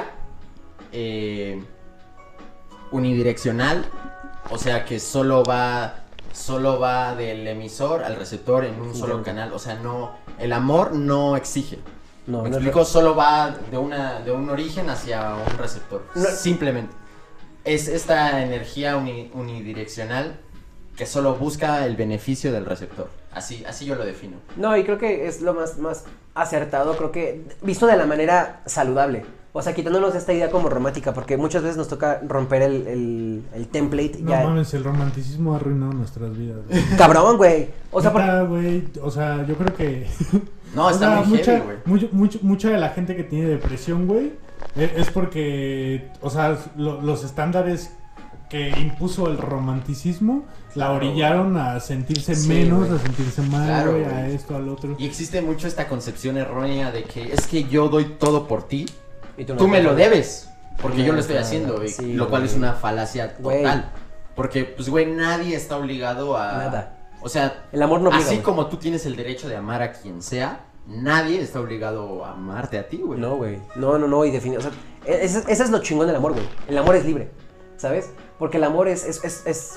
Eh, unidireccional. O sea que solo va... Solo va del emisor al receptor en un solo canal. O sea, no... El amor no exige. No, Me no explico, es... solo va de, una, de un origen hacia un receptor. No. Simplemente. Es esta energía uni, unidireccional que solo busca el beneficio del receptor. Así, así yo lo defino.
No, y creo que es lo más, más acertado, creo que visto de la manera saludable. O sea, quitándonos esta idea como romántica, porque muchas veces nos toca romper el, el, el template.
No ya. mames, el romanticismo ha arruinado nuestras vidas.
Cabrón, güey. O sea,
por... güey, o sea, yo creo que...
No, está
sea,
muy
mucha,
heavy, güey.
Mucho, mucho, mucha de la gente que tiene depresión, güey, es porque, o sea, lo, los estándares que impuso el romanticismo claro, la orillaron güey. a sentirse sí, menos, güey. a sentirse mal, claro, güey, a esto, al otro.
Y existe mucho esta concepción errónea de que es que yo doy todo por ti y tú, no tú me lo debes, porque no, yo lo estoy haciendo, y, sí, lo cual güey. es una falacia total. Güey. Porque, pues, güey, nadie está obligado a...
Nada.
O sea,
el amor no obliga,
así
güey.
como tú tienes el derecho de amar a quien sea, nadie está obligado a amarte a ti, güey.
No, güey. No, no, no, y define, o sea, ese, ese es lo chingón del amor, güey. El amor es libre, ¿sabes? Porque el amor es es, es, es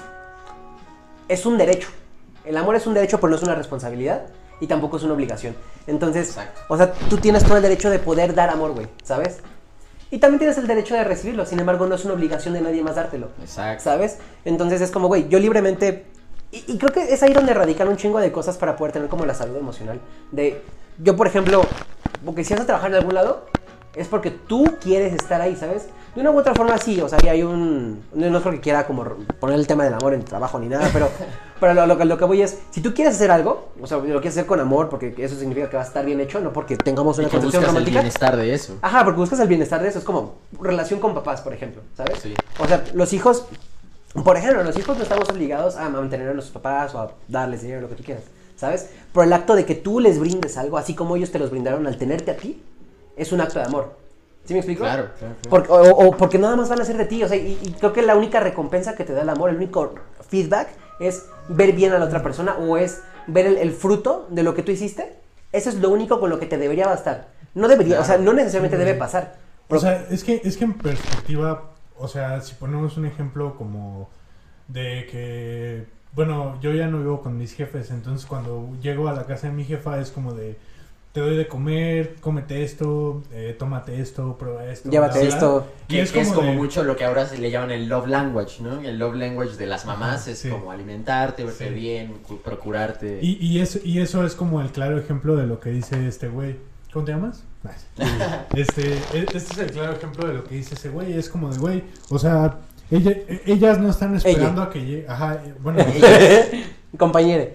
es un derecho. El amor es un derecho, pero no es una responsabilidad y tampoco es una obligación. Entonces, Exacto. o sea, tú tienes todo el derecho de poder dar amor, güey, ¿sabes? Y también tienes el derecho de recibirlo, sin embargo, no es una obligación de nadie más dártelo.
Exacto.
¿Sabes? Entonces es como, güey, yo libremente... Y, y creo que es ahí donde radican un chingo de cosas para poder tener como la salud emocional. De, yo por ejemplo, porque si vas a trabajar en algún lado, es porque tú quieres estar ahí, ¿sabes? De una u otra forma sí, o sea, hay un... No es porque quiera como poner el tema del amor en trabajo ni nada, pero, pero lo, lo, lo que voy es, si tú quieres hacer algo, o sea, lo quieres hacer con amor, porque eso significa que va a estar bien hecho, no porque tengamos una
y que
concepción
buscas
romántica.
el bienestar de eso.
Ajá, porque buscas el bienestar de eso, es como relación con papás, por ejemplo, ¿sabes?
Sí.
O sea, los hijos... Por ejemplo, los hijos no estamos obligados a mantener a nuestros papás o a darles dinero, lo que tú quieras, ¿sabes? Pero el acto de que tú les brindes algo, así como ellos te los brindaron al tenerte a ti, es un acto de amor. ¿Sí me explico?
Claro, claro, claro.
Porque, o, o porque nada más van a ser de ti, o sea, y, y creo que la única recompensa que te da el amor, el único feedback es ver bien a la otra persona o es ver el, el fruto de lo que tú hiciste, eso es lo único con lo que te debería bastar. No debería, claro. O sea, no necesariamente debe pasar.
Pero... O sea, es que, es que en perspectiva, o sea, si ponemos un ejemplo como de que, bueno, yo ya no vivo con mis jefes, entonces cuando llego a la casa de mi jefa es como de, te doy de comer, cómete esto, eh, tómate esto, prueba esto.
Llévate esto.
Y que es como, es como de... mucho lo que ahora se le llaman el love language, ¿no? El love language de las mamás Ajá, es sí. como alimentarte, verte sí. bien, procurarte.
Y, y, eso, y eso es como el claro ejemplo de lo que dice este güey. ¿Cómo te llamas? este, este es el claro ejemplo de lo que dice ese güey. Es como de güey, o sea, ella, ellas no están esperando ella. a que llegue. Ajá, bueno.
Compañere.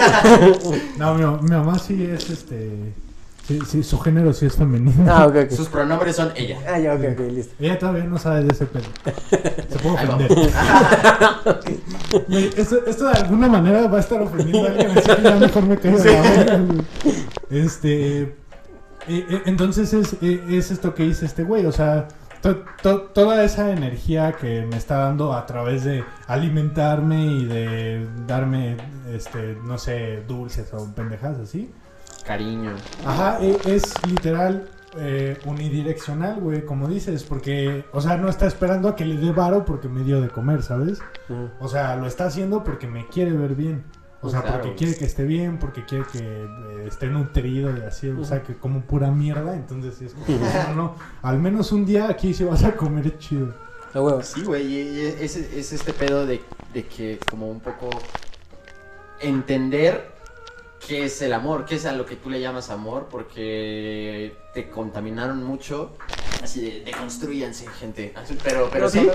No, mi, mi mamá sí es este. Sí, sí, su género sí es femenino.
Ah, ok, ok.
Sus pronombres son ella.
Ah, ya, ok, ok, listo.
Ella todavía no sabe de ese pedo. Se puede ofender. Okay. Güey, esto, esto de alguna manera va a estar ofendiendo a alguien, así que ya mejor me caigo de la boca. Este. Eh, entonces es, es esto que dice este güey, o sea, to, to, toda esa energía que me está dando a través de alimentarme y de darme, este, no sé, dulces o pendejadas así.
Cariño.
Ajá, es literal eh, unidireccional, güey, como dices, porque, o sea, no está esperando a que le dé varo porque me dio de comer, ¿sabes? Uh-huh. O sea, lo está haciendo porque me quiere ver bien. O sea, claro, porque quiere que esté bien, porque quiere que eh, esté nutrido y así, uh-huh. O sea, que como pura mierda, entonces es como, no, no, al menos un día aquí sí vas a comer chido.
A huevo.
Sí, güey, es, es este pedo de, de que como un poco entender qué es el amor, qué es a lo que tú le llamas amor, porque te contaminaron mucho, así de, deconstrúyanse, gente, así, pero, pero sí,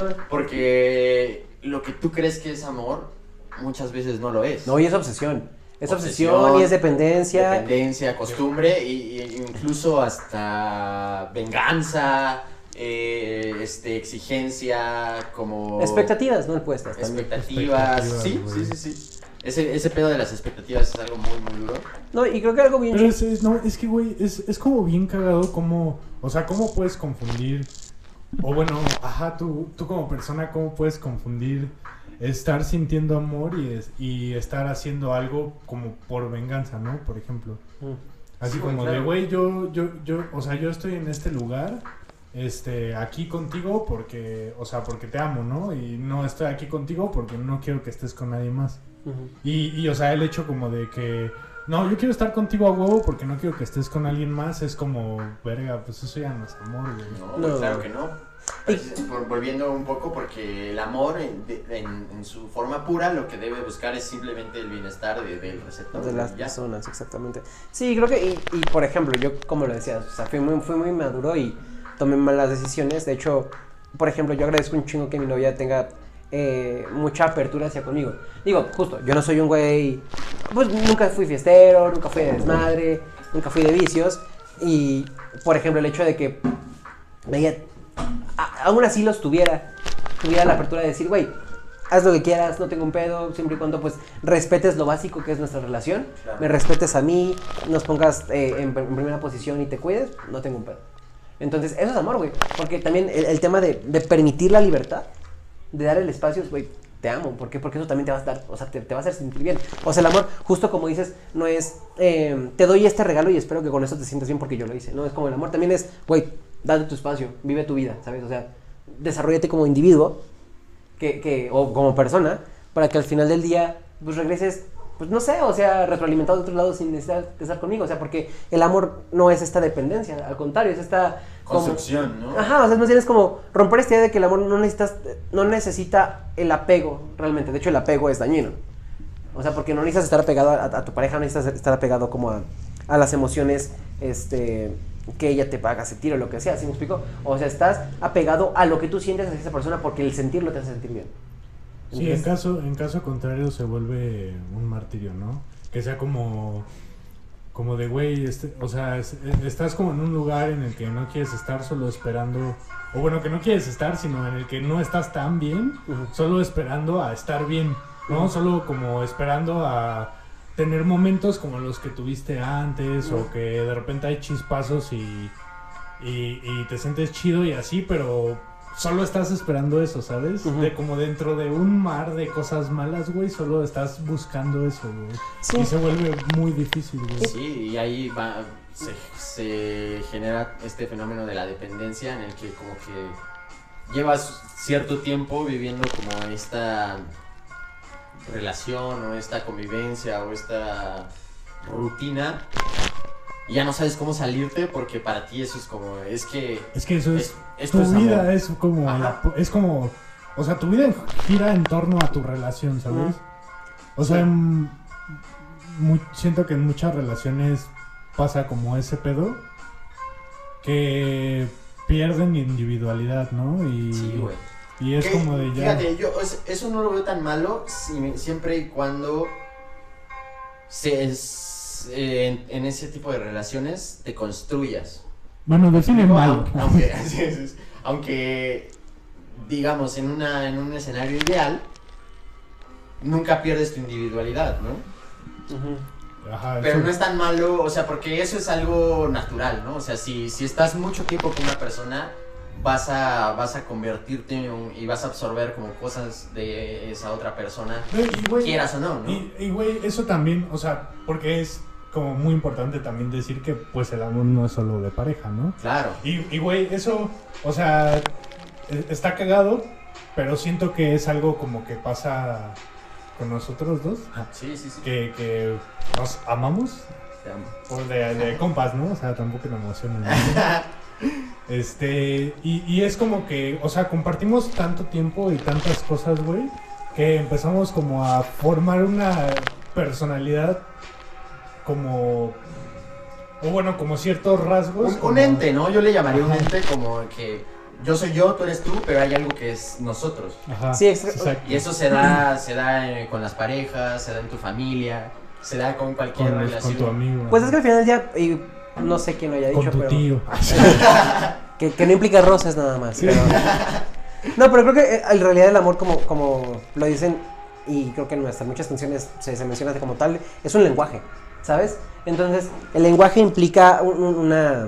porque lo que tú crees que es amor, muchas veces no lo es.
No, y es obsesión. Es obsesión, obsesión y es dependencia.
Dependencia, costumbre, y, y incluso hasta venganza, eh, este, exigencia, como...
Expectativas, no puestas.
Expectativas, expectativas sí, sí, sí, sí. Ese, ese pedo de las expectativas es algo muy, muy duro.
No, y creo que algo bien...
Pero es, es, no, es que, güey, es, es como bien cagado como... O sea, ¿cómo puedes confundir? O bueno, ajá, tú, tú como persona, ¿cómo puedes confundir estar sintiendo amor y, es, y estar haciendo algo como por venganza, ¿no? Por ejemplo. Así sí, como claro. de, güey, yo, yo, yo, o sea, yo estoy en este lugar, este, aquí contigo porque, o sea, porque te amo, ¿no? Y no estoy aquí contigo porque no quiero que estés con nadie más. Uh-huh. Y, y, o sea, el hecho como de que, no, yo quiero estar contigo a huevo porque no quiero que estés con alguien más, es como, verga, pues eso ya no es amor, güey.
No, no, claro que no. Por, volviendo un poco, porque el amor en, en, en su forma pura lo que debe buscar es simplemente el bienestar de, del receptor
de las ya. personas, exactamente. Sí, creo que y, y por ejemplo, yo como lo decía, o sea, fui muy, fui muy maduro y tomé malas decisiones. De hecho, por ejemplo, yo agradezco un chingo que mi novia tenga eh, mucha apertura hacia conmigo. Digo, justo, yo no soy un güey, pues nunca fui fiestero, nunca fui de desmadre, nunca fui de vicios. Y por ejemplo, el hecho de que ella aún así los tuviera, tuviera la apertura de decir, güey, haz lo que quieras, no tengo un pedo, siempre y cuando pues respetes lo básico que es nuestra relación, claro. Me respetes a mí, nos pongas eh, en, en primera posición y te cuides, no tengo un pedo. Entonces, eso es amor, güey, porque también el, el tema de, de permitir la libertad, de dar el espacio, güey, te amo, ¿por qué? Porque eso también te va a dar, o sea, te, te va a hacer sentir bien. O sea, el amor, justo como dices, no es, eh, te doy este regalo y espero que con eso te sientas bien porque yo lo hice, no, es como el amor también es, güey, date tu espacio, vive tu vida, ¿sabes? O sea, desarrollate como individuo que, que, o como persona para que al final del día pues regreses, pues no sé, o sea, retroalimentado de otro lado sin necesidad de estar conmigo, o sea, porque el amor no es esta dependencia, al contrario, es esta...
construcción,
¿no? Ajá, o sea, más bien es como romper esta idea de que el amor no necesitas, no necesita el apego realmente, de hecho el apego es dañino, o sea, porque no necesitas estar apegado a, a tu pareja, no necesitas estar apegado como a, a las emociones, este... que ella te haga sentir o lo que sea, ¿sí me explico? O sea, estás apegado a lo que tú sientes hacia esa persona porque el sentirlo te hace sentir bien.
Sí, en caso, en caso contrario se vuelve un martirio, ¿no? Que sea como, como de, güey, este, o sea, es, estás como en un lugar en el que no quieres estar solo esperando, o bueno, que no quieres estar, sino en el que no estás tan bien, uh-huh. Solo esperando a estar bien, ¿no? Uh-huh. Solo como esperando a tener momentos como los que tuviste antes, uh-huh. O que de repente hay chispazos y, y, y te sientes chido y así, pero solo estás esperando eso, ¿sabes?
Ujú.
De como dentro de un mar de cosas malas, güey, solo estás buscando eso, güey.
Sí.
Y se vuelve muy difícil, güey.
Sí, y ahí va, se, se genera este fenómeno de la dependencia en el que como que llevas cierto tiempo viviendo como esta relación o esta convivencia o esta rutina y ya no sabes cómo salirte porque para ti eso es como, es que
Es que eso es,
es- esto
tu
es
vida
amor.
es como,
Ajá.
la- es como, o sea, tu vida gira en torno a tu relación, ¿sabes?
Ujú.
O sea,
Sí.
en mu- siento que en muchas relaciones pasa como ese pedo que pierden individualidad, ¿no? Y,
Sí, güey.
y es
Que,
como de ya.
Fíjate, yo es- eso no lo veo tan malo si- siempre y cuando se es, eh, en, en ese tipo de relaciones te construyas.
Bueno, define
Digo,
mal.
Aunque, aunque, así es, es- aunque, digamos, en, una, en un escenario ideal, nunca pierdes tu individualidad, ¿no?
Ujú.
Ajá,
Pero
eso-
no es tan malo, o sea, porque eso es algo natural, ¿no? O sea, si, si estás mucho tiempo con una persona, vas a, vas a convertirte en un- y vas a absorber como cosas de esa otra persona,
Güey, y, güey,
quieras o no, ¿no?
Y, y, güey, eso también, o sea, porque es como muy importante también decir que, pues, el amor no es solo de pareja, ¿no?
Claro.
Y, y, güey, eso, o sea, e- está cagado, pero siento que es algo como que pasa con nosotros dos,
Sí, sí, sí.
que, que nos amamos,
Te amo.
por de, de compas, ¿no? O sea, tampoco me emociono. ¿no? Este, y, y es como que, o sea, compartimos tanto tiempo y tantas cosas, güey, que empezamos como a formar una personalidad como, o bueno, como ciertos rasgos.
Un,
como-
un ente, ¿no? Yo le llamaría un
Ajá.
ente como que yo soy yo, tú eres tú, pero hay algo que es nosotros.
Ajá,
Sí, ex-
exacto.
Y eso se da, se da eh, con las parejas, se da en tu familia, se da con cualquier
con,
relación.
con tu amigo.
Pues es que al final del día, y no sé quién lo haya
con
dicho,
tu
pero
tío.
que, que no implica rosas nada más. pero- No, pero creo que eh, en realidad el amor, como, como lo dicen, y creo que en nuestras muchas canciones se, se menciona como tal, es un lenguaje, ¿sabes? Entonces, el lenguaje implica un- un- una...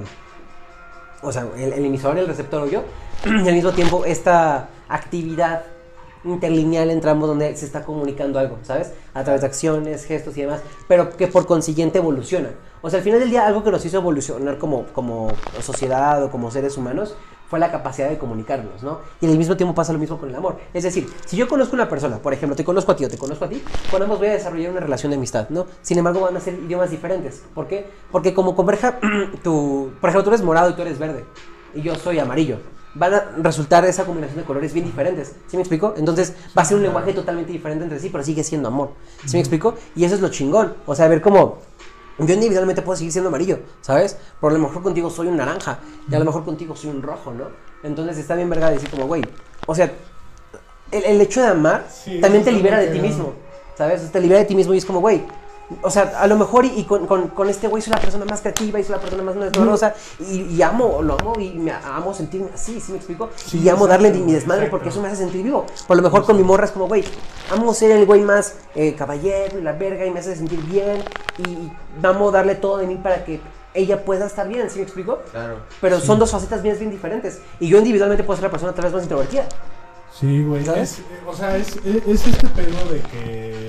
O sea, el, el emisor, el receptor o yo, y al mismo tiempo esta actividad interlineal entre ambos donde se está comunicando algo, ¿sabes? A través de acciones, gestos y demás, pero que por consiguiente evoluciona. O sea, al final del día algo que nos hizo evolucionar como, como sociedad o como seres humanos fue la capacidad de comunicarnos, ¿no? Y al mismo tiempo pasa lo mismo con el amor. Es decir, si yo conozco a una persona, por ejemplo, te conozco a ti o te conozco a ti, con ambos voy a desarrollar una relación de amistad, ¿no? Sin embargo, van a ser idiomas diferentes. ¿Por qué? Porque como converja tu... Por ejemplo, tú eres morado y tú eres verde, y yo soy amarillo. Van a resultar esa combinación de colores bien diferentes. ¿Sí me explico? Entonces va a ser un lenguaje totalmente diferente entre sí, pero sigue siendo amor. ¿Sí me explico? Y eso es lo chingón. O sea, ver cómo yo individualmente puedo seguir siendo amarillo, ¿sabes? Pero a lo mejor contigo soy un naranja y a lo mejor contigo soy un rojo, ¿no? Entonces está bien verga decir como, güey, o sea, el, el hecho de amar
Sí,
también
eso
te
está
libera
muy
de ti
cagado.
mismo, ¿sabes? Te libera de ti mismo y es como, güey, o sea, a lo mejor y, y con, con, con este güey soy la persona más creativa y soy la persona más dolorosa y, y amo, lo amo y me amo sentirme así, ¿sí me explico?
Sí,
y amo darle mi,
exacto,
mi desmadre
exacto.
porque eso me hace sentir vivo. Por lo mejor con mi morra es como, güey, amo ser el güey más eh, caballero y la verga y me hace sentir bien y, y amo darle todo de mí para que ella pueda estar bien, ¿sí me explico?
Claro.
Pero
Sí.
son dos facetas bien, bien diferentes. Y yo individualmente puedo ser la persona tal vez más introvertida.
Sí, güey.
¿Sabes?
Es, o sea, es, es, es este pedo de que.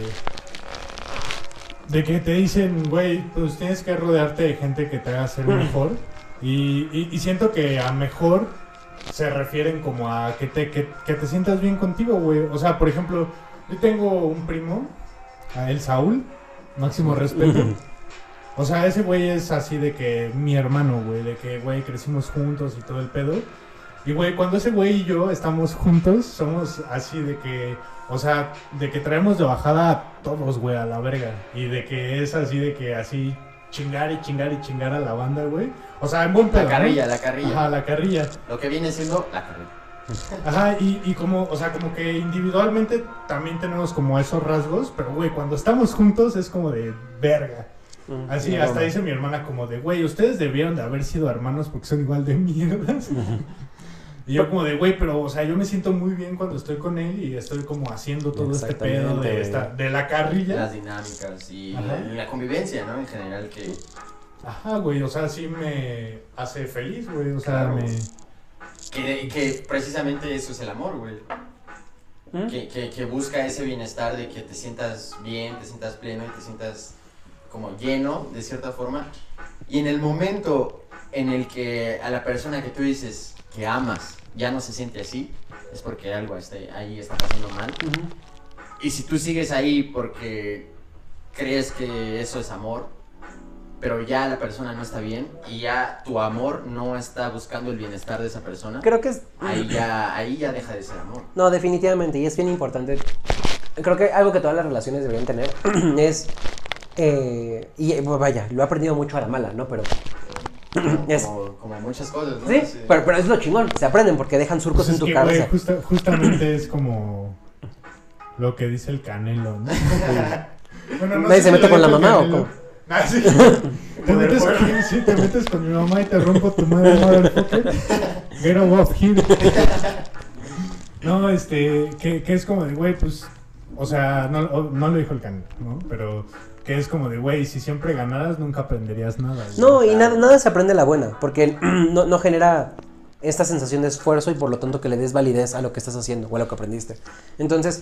De que te dicen, güey, pues tienes que rodearte de gente que te haga ser mejor. Y, y, y siento que a mejor se refieren como a que te, que, que te sientas bien contigo, güey. O sea, por ejemplo, yo tengo un primo, a él Saúl, máximo respeto. O sea, ese güey es así de que mi hermano, güey, de que, güey, crecimos juntos y todo el pedo. Y, güey, cuando ese güey y yo estamos juntos, somos así de que, o sea, de que traemos de bajada a todos, güey, a la verga. Y de que es así de que así chingar y chingar y chingar a la banda, güey. O sea, en buen pedo,
La carrilla,
¿no?
la carrilla.
Ajá, la carrilla.
Lo que viene siendo la carrilla.
Ajá, y, y como, o sea, como que individualmente también tenemos como esos rasgos, pero, güey, cuando estamos juntos es como de verga. Así,
Sí,
hasta
no,
dice mi hermana como de, güey, ustedes debieron de haber sido hermanos porque son igual de mierdas. Y yo como de, güey, pero, o sea, yo me siento muy bien cuando estoy con él y estoy como haciendo todo este pedo de,
Exactamente.
esta, de la carrilla.
Las dinámicas y
Ajá.
la, y la convivencia, ¿no? En general que...
Ajá, güey, o sea, sí me hace feliz, güey, o sea,
Claro.
me...
Que, que precisamente eso es el amor, güey.
¿Mm?
Que, que, que busca ese bienestar de que te sientas bien, te sientas pleno y te sientas como lleno, de cierta forma. Y en el momento en el que a la persona que tú dices que amas ya no se siente así, es porque algo está, ahí está pasando mal.
Uh-huh.
Y si tú sigues ahí porque crees que eso es amor, pero ya la persona no está bien y ya tu amor no está buscando el bienestar de esa persona,
Creo que es...
ahí ya, ahí ya deja de ser amor.
No, definitivamente, y es bien importante. Creo que algo que todas las relaciones deberían tener es... Eh, y vaya, lo he aprendido mucho a la mala, ¿no? Pero...
Como,
es,
como, como muchas cosas, ¿no?
sí, pero, pero es lo chingón, se aprenden porque dejan surcos
Pues
en
es
tu
que,
cabeza.
güey, justa- justamente es como lo que dice el Canelo, ¿no? Que- bueno,
¿Nadie
sé
se
si
mete
lo
con la
dijo el
mamá o
Canelo.
cómo?
Ah, sí. Te metes con, sí, te metes con mi mamá y te rompo tu madre, motherfucker. Get off here. No, este, que, que es como de, güey, pues, o sea, no, o- no lo dijo el Canelo, ¿no? Pero que es como de, güey, si siempre ganaras nunca aprenderías nada. Güey.
No, y nada, nada se aprende a la buena, porque no, no genera esta sensación de esfuerzo y por lo tanto que le des validez a lo que estás haciendo o a lo que aprendiste. Entonces,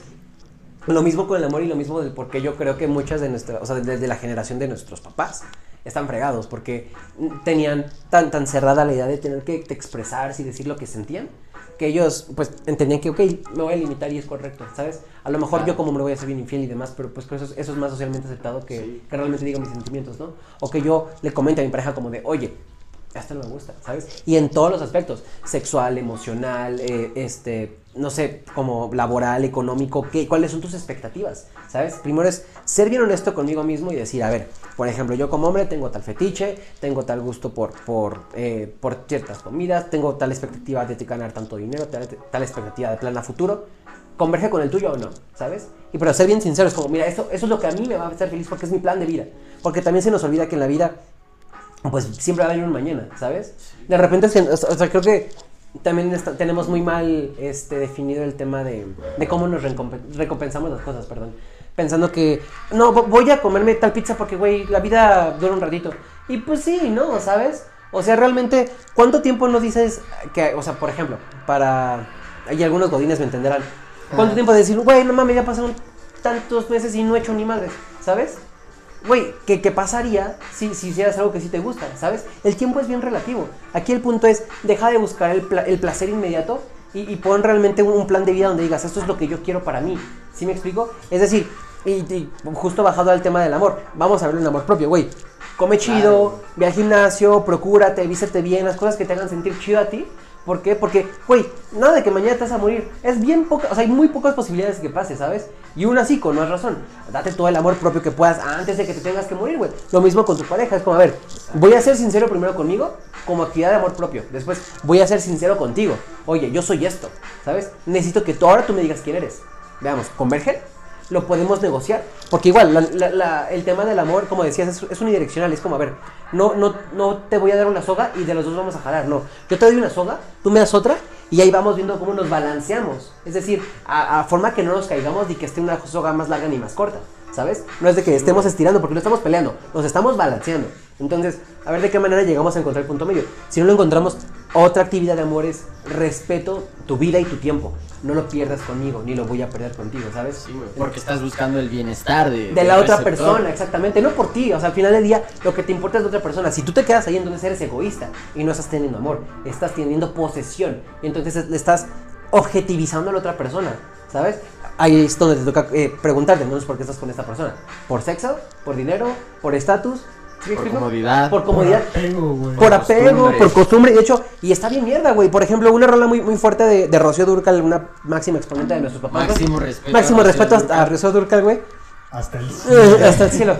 lo mismo con el amor y lo mismo del por qué yo creo que muchas de nuestras, o sea, desde la generación de nuestros papás están fregados, porque tenían tan, tan cerrada la idea de tener que expresarse y decir lo que sentían, que ellos pues entendían que, ok, me voy a limitar y es correcto, ¿sabes? A lo mejor
Claro.
yo como me voy a ser bien infiel y demás, pero pues eso, es- eso es más socialmente aceptado que,
Sí.
que realmente diga mis sentimientos, ¿no? O que yo le comente a mi pareja como de, oye, esto no me gusta, ¿sabes? Y en todos los aspectos, sexual, emocional, eh, este, no sé, como laboral, económico, ¿qué, ¿cuáles son tus expectativas? ¿Sabes? Primero es ser bien honesto conmigo mismo y decir, a ver, por ejemplo, yo como hombre tengo tal fetiche, tengo tal gusto por, por, eh, por ciertas comidas, tengo tal expectativa de ganar tanto dinero, tal, tal expectativa de plan a futuro, ¿converge con el tuyo o no? ¿Sabes? Y pero ser bien sincero es como, mira, esto, eso es lo que a mí me va a hacer feliz porque es mi plan de vida. Porque también se nos olvida que en la vida pues siempre va a haber un mañana, ¿sabes? De repente, es que, o sea, creo que también está, tenemos muy mal este, definido el tema de, de cómo nos recompen- recompensamos las cosas, perdón. Pensando que, no, vo- voy a comerme tal pizza porque, güey, la vida dura un ratito. Y pues sí, ¿no? ¿Sabes? O sea, realmente, ¿cuánto tiempo nos dices que, o sea, por ejemplo, para, y algunos godines me entenderán, ¿cuánto tiempo de decir, güey, no mames, ya pasaron tantos meses y no he hecho ni madres, ¿sabes? Güey, ¿qué, ¿qué pasaría si, si hicieras algo que sí te gusta, ¿sabes? El tiempo es bien relativo. Aquí el punto es, deja de buscar el, pla- el placer inmediato y, y pon realmente un, un plan de vida donde digas, esto es lo que yo quiero para mí. ¿Sí me explico? Es decir, y, y justo bajado al tema del amor, vamos a ver el amor propio, güey. Come chido,
Claro.
ve al gimnasio, procúrate, vístete bien, las cosas que te hagan sentir chido a ti. ¿Por qué? Porque, güey, nada de que mañana te vas a morir. Es bien poca, o sea, hay muy pocas posibilidades de que pase, ¿sabes? Y aún así, con más razón, date todo el amor propio que puedas antes de que te tengas que morir, güey. Lo mismo con tu pareja, es como, a ver, voy a ser sincero primero conmigo, como actividad de amor propio. Después, voy a ser sincero contigo. Oye, yo soy esto, ¿sabes? Necesito que tú ahora tú me digas quién eres. Veamos, ¿convergen? Lo podemos negociar. Porque igual, la, la, la, el tema del amor, como decías, es, es unidireccional. Es como, a ver, no, no, no te voy a dar una soga y de los dos vamos a jalar. No, yo te doy una soga, tú me das otra y ahí vamos viendo cómo nos balanceamos. Es decir, a, a forma que no nos caigamos ni que esté una soga más larga ni más corta, ¿sabes? No es de que estemos estirando porque no estamos peleando, nos estamos balanceando. Entonces, a ver de qué manera llegamos a encontrar el punto medio. Si no lo encontramos, otra actividad de amor es respeto tu vida y tu tiempo. No lo pierdas conmigo, ni lo voy a perder contigo, ¿sabes?
Sí, güey, porque estás buscando el bienestar de,
De la
del
otra
receptor.
persona, exactamente, no por ti, o sea, al final del día lo que te importa es la otra persona. Si tú te quedas ahí, entonces eres egoísta y no estás teniendo amor, estás teniendo posesión y entonces le estás objetivizando a la otra persona, ¿sabes? Ahí es donde te toca eh, preguntarte, entonces, ¿por qué estás con esta persona? ¿Por sexo? ¿Por dinero? ¿Por estatus? ¿Sí me
Por
explico?
comodidad.
Por comodidad.
Por apego, güey.
Por apego,
costumbre.
por costumbre, de hecho, y está bien mierda, güey. Por ejemplo, una rola muy, muy fuerte de, de Rocío Dúrcal, una máxima exponente de nuestros papás. güey.
Máximo respeto.
Máximo
a Rocío
respeto
Dúrcal.
a Rocío Dúrcal, güey.
Hasta el
Eh, Hasta el cielo.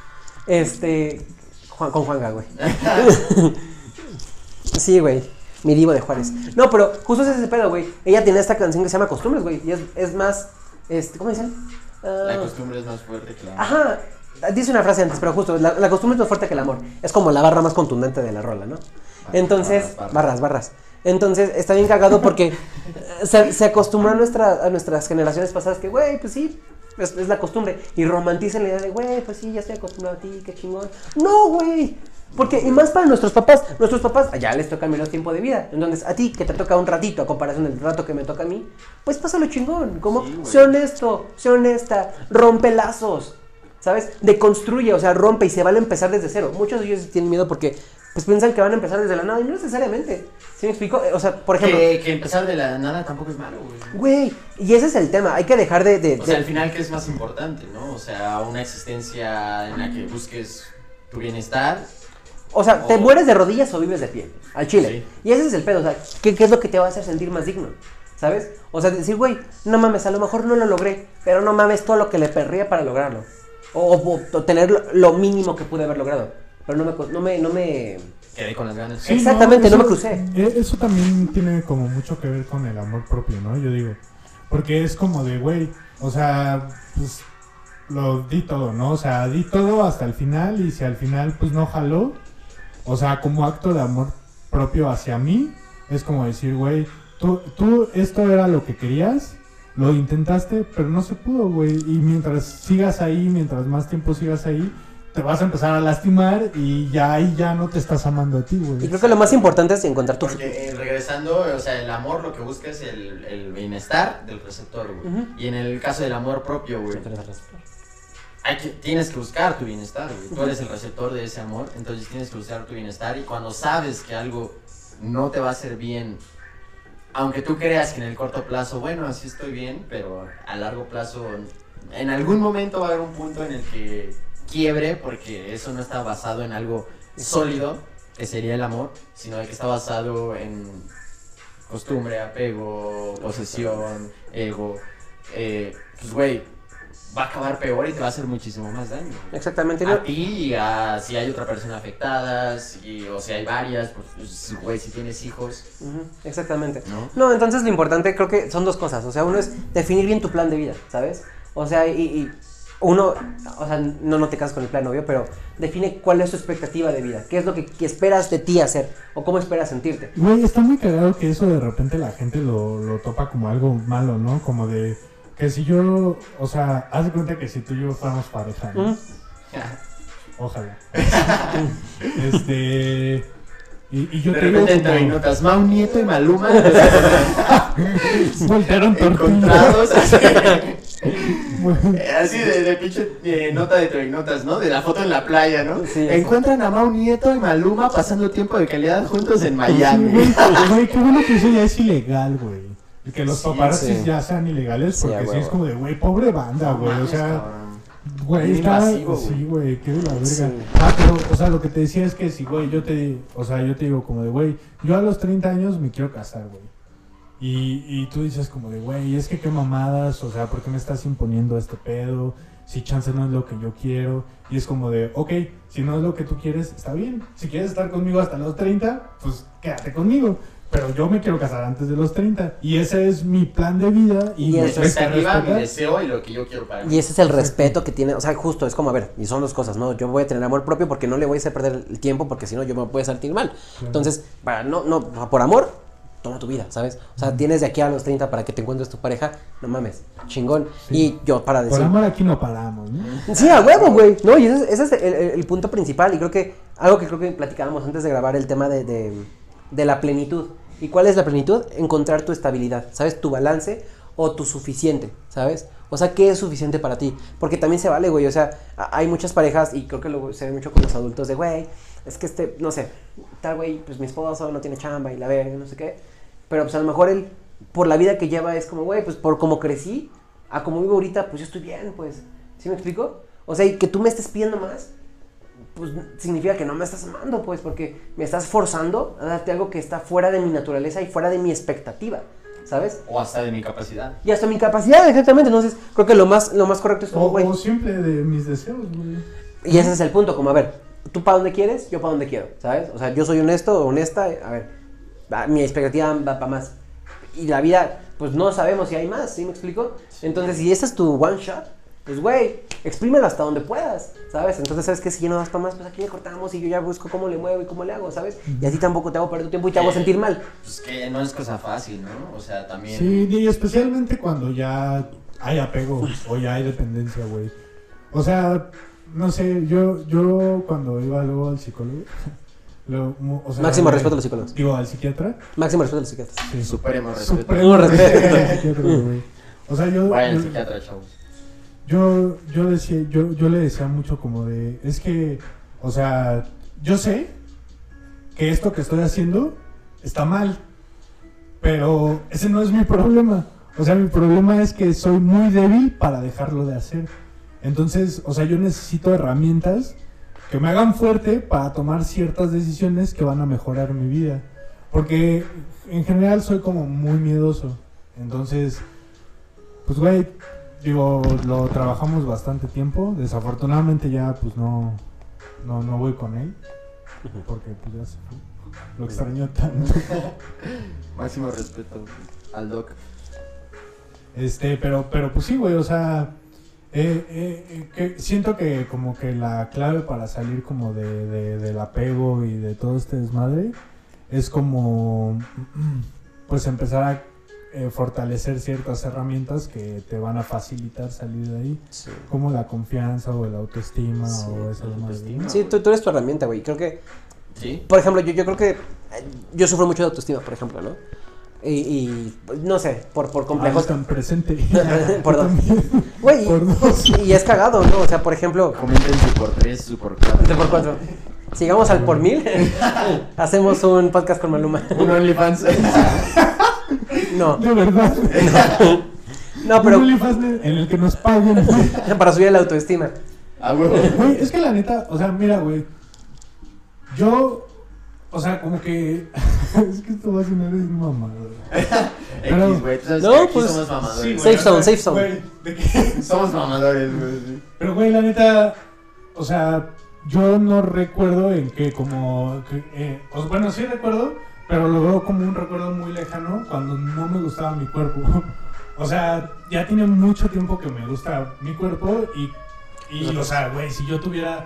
Este. Juan, con Juanga, güey. Sí, güey. Mi divo de Juárez. No, pero justo ese es ese pedo, güey. Ella tiene esta canción que se llama Costumbres, güey. Y es, es más. Este, ¿cómo dicen? Ah,
La costumbre es más fuerte que la
Ajá. Dice una frase antes, pero justo, la, la costumbre es más fuerte que el amor. Es como la barra más contundente de la rola, ¿no? Entonces,
barras,
barras, barras. Entonces, está bien cagado porque eh, se, se acostumbró a, nuestra, a nuestras generaciones pasadas que, güey, pues sí, es, es la costumbre. Y romantizan la idea de, güey, pues sí, ya estoy acostumbrado a ti, qué chingón. No, güey. Porque, y más para nuestros papás, nuestros papás ya les toca menos tiempo de vida. Entonces, a ti, que te toca un ratito a comparación del rato que me toca a mí, pues pásalo chingón. Como,
Sí, güey.
sé honesto, sé honesta, rompe lazos, ¿sabes? Deconstruye, o sea, rompe y se van a empezar desde cero. Muchos de ellos tienen miedo porque, pues piensan que van a empezar desde la nada y no necesariamente. ¿Sí me explico? O sea, por ejemplo,
Que, que empezar de la nada tampoco es malo, güey.
güey, y ese es el tema, hay que dejar de... de,
O sea,
de-
al final, ¿qué es más importante, no? O sea, una existencia en la que busques tu bienestar.
O sea, ¿te
Oh.
mueres de rodillas o vives de pie? Al chile.
Sí.
Y ese es el pedo, o sea, ¿qué, ¿qué es lo que te va a hacer sentir más digno? ¿Sabes? O sea, decir, güey, no mames, a lo mejor no lo logré, pero no mames todo lo que le perría para lograrlo. O, o- o tener lo, lo mínimo que pude haber logrado. Pero no me... co- No me, no me...
Quedé con las ganas.
Sí,
Exactamente, no me
eso-
crucé.
e- Eso también tiene como mucho que ver con el amor propio, ¿no? Yo digo. Porque es como de, güey, o sea, pues lo di todo, ¿no? O sea, di todo hasta el final y si al final pues no jaló, o sea, como acto de amor propio hacia mí, es como decir, güey, tú, tú esto era lo que querías, lo intentaste, pero no se pudo, güey. Y mientras sigas ahí, mientras más tiempo sigas ahí, te vas a empezar a lastimar y ya ahí ya no te estás amando a ti, güey.
Y creo que lo más importante es encontrar tu...
Porque eh, regresando, o sea, el amor lo que busca es el, el bienestar del receptor, güey.
Ujú.
Y en el caso del amor propio, güey, hay que, tienes que buscar tu bienestar, güey. Tú eres el receptor de ese amor, entonces tienes que buscar tu bienestar. Y cuando sabes que algo no te va a hacer bien, aunque tú creas que en el corto plazo, bueno, así estoy bien, pero a largo plazo, en algún momento va a haber un punto en el que quiebre, porque eso no está basado en algo sólido, que sería el amor, sino de que está basado en costumbre, apego, posesión, ego. Eh, pues, güey, va a acabar peor y te va a hacer muchísimo más daño.
Exactamente. ¿no?
A ti y a si hay otra persona afectada, si, o si hay varias, pues, pues, güey, si tienes hijos,
Ujú, exactamente.
¿no?
No, entonces lo importante creo que son dos cosas. O sea, uno es definir bien tu plan de vida, ¿sabes? O sea, y, y uno, o sea, no, no te casas con el plan, obvio, pero define cuál es tu expectativa de vida. ¿Qué es lo que, que esperas de ti hacer? O cómo esperas sentirte.
Güey, está muy cagado que eso de repente la gente lo, lo topa como algo malo, ¿no? Como de que si yo, o sea, haz de cuenta que si tú y yo fuéramos pareja, ¿no?
Ujú.
Ojalá. este. Y, y yo
De
te digo
repente entre
como...
notas, Mau Nieto y Maluma
Voltearon tortillas.
encontrados así,
Güey,
así de, de pinche eh, nota de Troinotas, ¿no? De la foto en la playa, ¿no?
Sí,
Encuentran a Mau Nieto y Maluma pasando tiempo de calidad juntos en
sí,
Miami.
güey, güey, qué bueno que eso ya es ilegal, güey. Y que los
Sí,
paparazzis
sí.
ya sean ilegales,
Sí,
porque
a
sí,
huevo.
es como de, güey, pobre banda, güey. O
mames,
sea,
cabrón.
güey,
Muy
está.
invasivo, güey.
Sí, güey, qué de la verga.
Sí.
Ah, pero, o sea, lo que te decía es que si, güey, yo te. O sea, yo te digo, como de, güey, yo a los treinta años me quiero casar, güey. Y, y tú dices, como de, güey, es que qué mamadas, o sea, ¿por qué me estás imponiendo este pedo? Si chance no es lo que yo quiero. Y es como de, ok, si no es lo que tú quieres, está bien. Si quieres estar conmigo hasta los treinta, pues quédate conmigo. Pero yo me quiero casar antes de los treinta. Y ese es mi plan de vida. Y,
Y
me
eso
Mi
tienes que
expectativa, mi
respetar.
deseo y lo que yo quiero para mí.
Y ese es el respeto que tiene, o sea, justo, es como, a ver, y son dos cosas, ¿no? Yo voy a tener amor propio porque no le voy a hacer perder el tiempo, porque si no yo me voy a sentir mal. Entonces, para no, no, por amor, toma tu vida, ¿sabes? O sea, tienes de aquí a los treinta para que te encuentres tu pareja, no mames, chingón.
Sí.
Y yo para
Por
decir...
amor aquí no paramos, ¿no?
Sí, a huevo, güey. No, y ese, es- ese es el, el- el punto principal. Y creo que algo que creo que platicábamos antes de grabar el tema de, de, de la plenitud. ¿Y cuál es la plenitud? Encontrar tu estabilidad, ¿sabes? Tu balance o tu suficiente, ¿sabes? O sea, ¿qué es suficiente para ti? Porque también se vale, güey. O sea, a- hay muchas parejas, y creo que lo, se ve mucho con los adultos, de, güey, es que este, no sé, tal güey, pues mi esposo no tiene chamba y la verga, no sé qué. Pero pues a lo mejor él, por la vida que lleva, es como, güey, pues por como crecí, a como vivo ahorita, pues yo estoy bien, pues. ¿Sí me explico? O sea, y que tú me estés pidiendo más, pues significa que no me estás amando, pues, porque me estás forzando a darte algo que está fuera de mi naturaleza y fuera de mi expectativa, ¿sabes?
O hasta de mi capacidad.
Y hasta mi capacidad, exactamente. Entonces, creo que lo más, lo más correcto es como,
O,
güey.
o simple de mis deseos, güey.
Y ese es el punto, como, a ver, tú para dónde quieres, yo para dónde quiero, ¿sabes? O sea, yo soy honesto, honesta, a ver, va- mi expectativa va para más. Y la vida, pues no sabemos si hay más, ¿sí me explico? Entonces, si ese es tu one shot, pues, güey, exprímelo hasta donde puedas, ¿sabes? Entonces, ¿sabes qué? Si ya no das para más, pues aquí le cortamos y yo ya busco cómo le muevo y cómo le hago, ¿sabes? Y así tampoco te hago perder tu tiempo y te hago sentir mal.
Pues que no es cosa fácil, ¿no? O sea, también...
Sí, y especialmente cuando ya hay apego o ya hay dependencia, güey. O sea, no sé, yo, yo cuando iba luego al psicólogo, lo, o sea,
Máximo
eh,
respeto a los psicólogos.
Digo, al psiquiatra.
Máximo respeto a los psiquiatras.
Sí.
Supremo respeto.
Supremo
respeto.
respeto al psiquiatra, güey. O sea, yo,
Vaya el
yo,
psiquiatra, chavos.
yo, yo decía, yo, yo le decía mucho como de, es que, o sea, yo sé que esto que estoy haciendo está mal, pero ese no es mi problema. O sea, mi problema es que soy muy débil para dejarlo de hacer. Entonces, o sea, yo necesito herramientas que me hagan fuerte para tomar ciertas decisiones que van a mejorar mi vida. Porque en general soy como muy miedoso. Entonces, pues güey, digo, lo trabajamos bastante tiempo. Desafortunadamente ya pues no, no, no voy con él. Porque pues ya se fue. Lo extraño tanto.
Máximo respeto al doc.
Este, pero, pero pues sí, güey, o sea, eh, eh, eh, que siento que como que la clave para salir como de, de, del apego y de todo este desmadre es como, pues empezar a eh, fortalecer ciertas herramientas que te van a facilitar salir de ahí,
Sí.
como la confianza o el autoestima
Sí,
o esas
autoestima.
madres.
Sí, tú, tú eres tu herramienta, güey. Creo que,
¿Sí?
por ejemplo, yo, yo creo que eh, yo sufro mucho de autoestima, por ejemplo, ¿no? Y, y no sé, por, por complejos.
Tan presente.
Por dos. Güey,
Por dos.
y, y es cagado, ¿no? O sea, por ejemplo,
Comenten su por tres, su por cuatro.
de por cuatro. Si llegamos al por mil, hacemos un podcast con Maluma.
Un OnlyFans.
No,
De verdad.
no, pero
Un OnlyFans en el que nos paguen.
para subir la autoestima.
Ah, huevo.
Güey, es que la neta, o sea, mira, güey. Yo, o sea, como que. Es que esto va a sonar es mamada. Pero-
X, güey. Tú sabes
No,
que aquí
pues,
somos mamadores.
Sí, güey,
Safe
o sea,
zone, safe zone.
güey, ¿de qué?
Somos mamadores, güey. Sí.
Pero, güey, la neta, o sea, yo no recuerdo en que como. Que, eh, o- bueno, sí recuerdo, pero lo veo como un recuerdo muy lejano cuando no me gustaba mi cuerpo. O sea, ya tiene mucho tiempo que me gusta mi cuerpo y, y o sea, güey, si yo tuviera.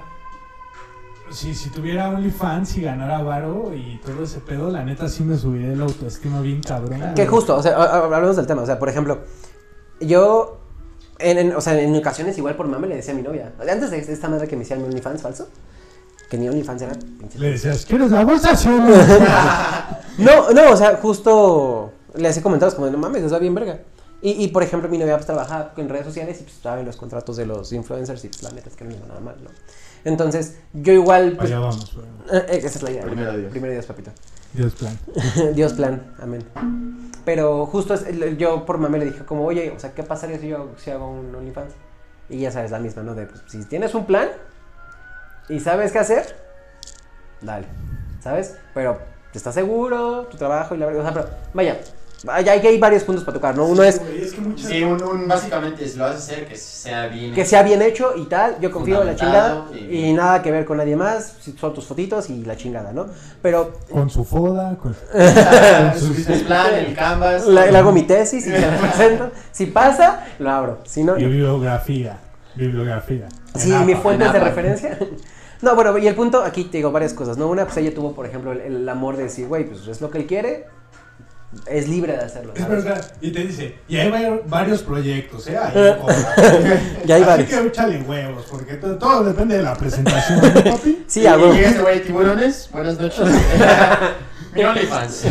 Si, si tuviera OnlyFans y ganara varo y todo ese pedo, la neta sí me subiría la autoestima bien cabrón.
Que
güey.
justo, o sea, a- a- hablemos del tema. O sea, por ejemplo, yo, en, en- o sea, en ocasiones igual por mame le decía a mi novia, antes de esta madre que me hicieran mi OnlyFans falso, que ni OnlyFans era. pinche-
Le decías, ¿quieres la bolsa? Sí o no?
No, no, o sea, justo le hacía comentarios como, no mames, les va bien verga. Y, y por ejemplo, mi novia pues trabaja en redes sociales y pues saben los contratos de los influencers y pues la neta es que no les va nada mal, ¿no? Entonces, yo igual, pues,
Allá vamos, güey.
eh, esa es la idea.
Primero Dios.
Primero Dios, papito.
Dios plan.
Dios plan, amén. Pero justo es- el- yo por mame le dije como, oye, o sea, ¿qué pasaría si yo si hago un OnlyFans? Y ya sabes, la misma, ¿no? De, pues, si tienes un plan y sabes qué hacer, dale, ¿sabes? Pero, ¿estás seguro? Tu trabajo y la verdad, o sea, pero, vaya, vaya, hay, hay varios puntos para tocar, ¿no? Uno es
Güey, es que muchas-
Sí, un, un, básicamente, si lo vas a hacer, que sea bien.
que sea bien hecho y tal, yo confío en la chingada
Fundamentado
y...
y-
nada que ver con nadie más, si son tus fotitos y la chingada, ¿no? Pero
Con su foda, con...
Su business plan, el canvas.
le, le hago mi tesis y te la presento, si pasa, lo abro, si no...
Y bibliografía. Bibliografía.
Sí,
En
mi
APA.
fuente
en
de
APA.
referencia. No, bueno, y el punto, aquí te digo varias cosas, ¿no? Una, pues ella tuvo, por ejemplo, el, el amor de decir, güey, pues es lo que él quiere, es libre de hacerlo,
Es
¿sabes?
verdad. Y te dice, y hay va- varios proyectos, ¿eh? Ahí,
Ya hay
Así
varios.
que échale huevos, porque todo, todo depende de la presentación, ¿no, papi?
Sí,
Y,
a
y
huevo.
llega este güey, tiburones, buenas noches. Mi OnlyFans.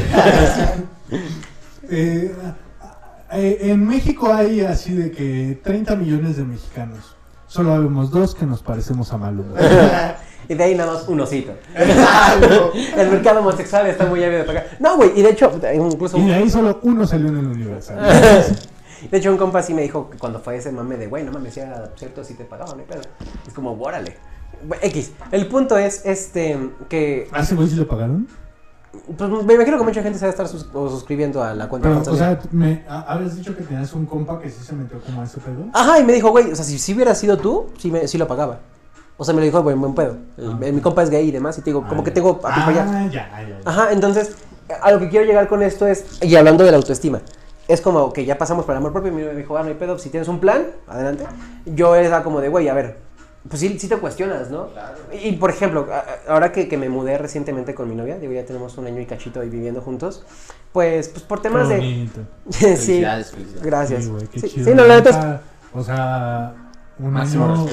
Eh, eh, en México hay así de que treinta millones de mexicanos. Solo habemos dos que nos parecemos a Maluma.
Y de ahí nada más un osito. El mercado homosexual está muy ávido de pagar. No, güey, y de hecho, incluso...
Y de ahí solo uno salió en el Universal.
De hecho, un compa sí me dijo que cuando fue ese mame de, güey, no mames, ya cierto, sí te pagaban, ¿eh? Pero es como, órale. X. El punto es, este, que...
¿A ese güey sí le pagaron?
Pues me imagino que mucha gente se va a estar sus- o suscribiendo a la cuenta.
Pero,
de
o sea, me, a- habías dicho que tenías un compa que sí se metió como a ese pedo.
Ajá, y me dijo, güey, o sea, si, si hubiera sido tú, sí, me, sí lo pagaba. O sea, me lo dijo, güey, buen pedo. El-
Ah.
mi compa es gay y demás, y te digo, como
Ah,
que
ya.
tengo a
Ah,
allá.
ya, ya, ya.
Ajá, entonces, a lo que quiero llegar con esto es, y hablando de la autoestima, es como que ya pasamos por el amor propio, y me dijo, ah, no hay pedo, si tienes un plan, adelante. Yo era como de, güey, a ver, pues sí, sí te cuestionas, ¿no?
Claro.
Y, y, por ejemplo, a- a- ahora que, que me mudé recientemente con mi novia, digo, ya tenemos un año y cachito ahí viviendo juntos, pues, pues por temas
Qué
de...
bonito.
sí,
Felicidades, felicidades.
gracias.
Sí, güey, qué
Sí,
chido.
sí, no, la neta es-
Neta, o sea, un
Máximo
año
respeto.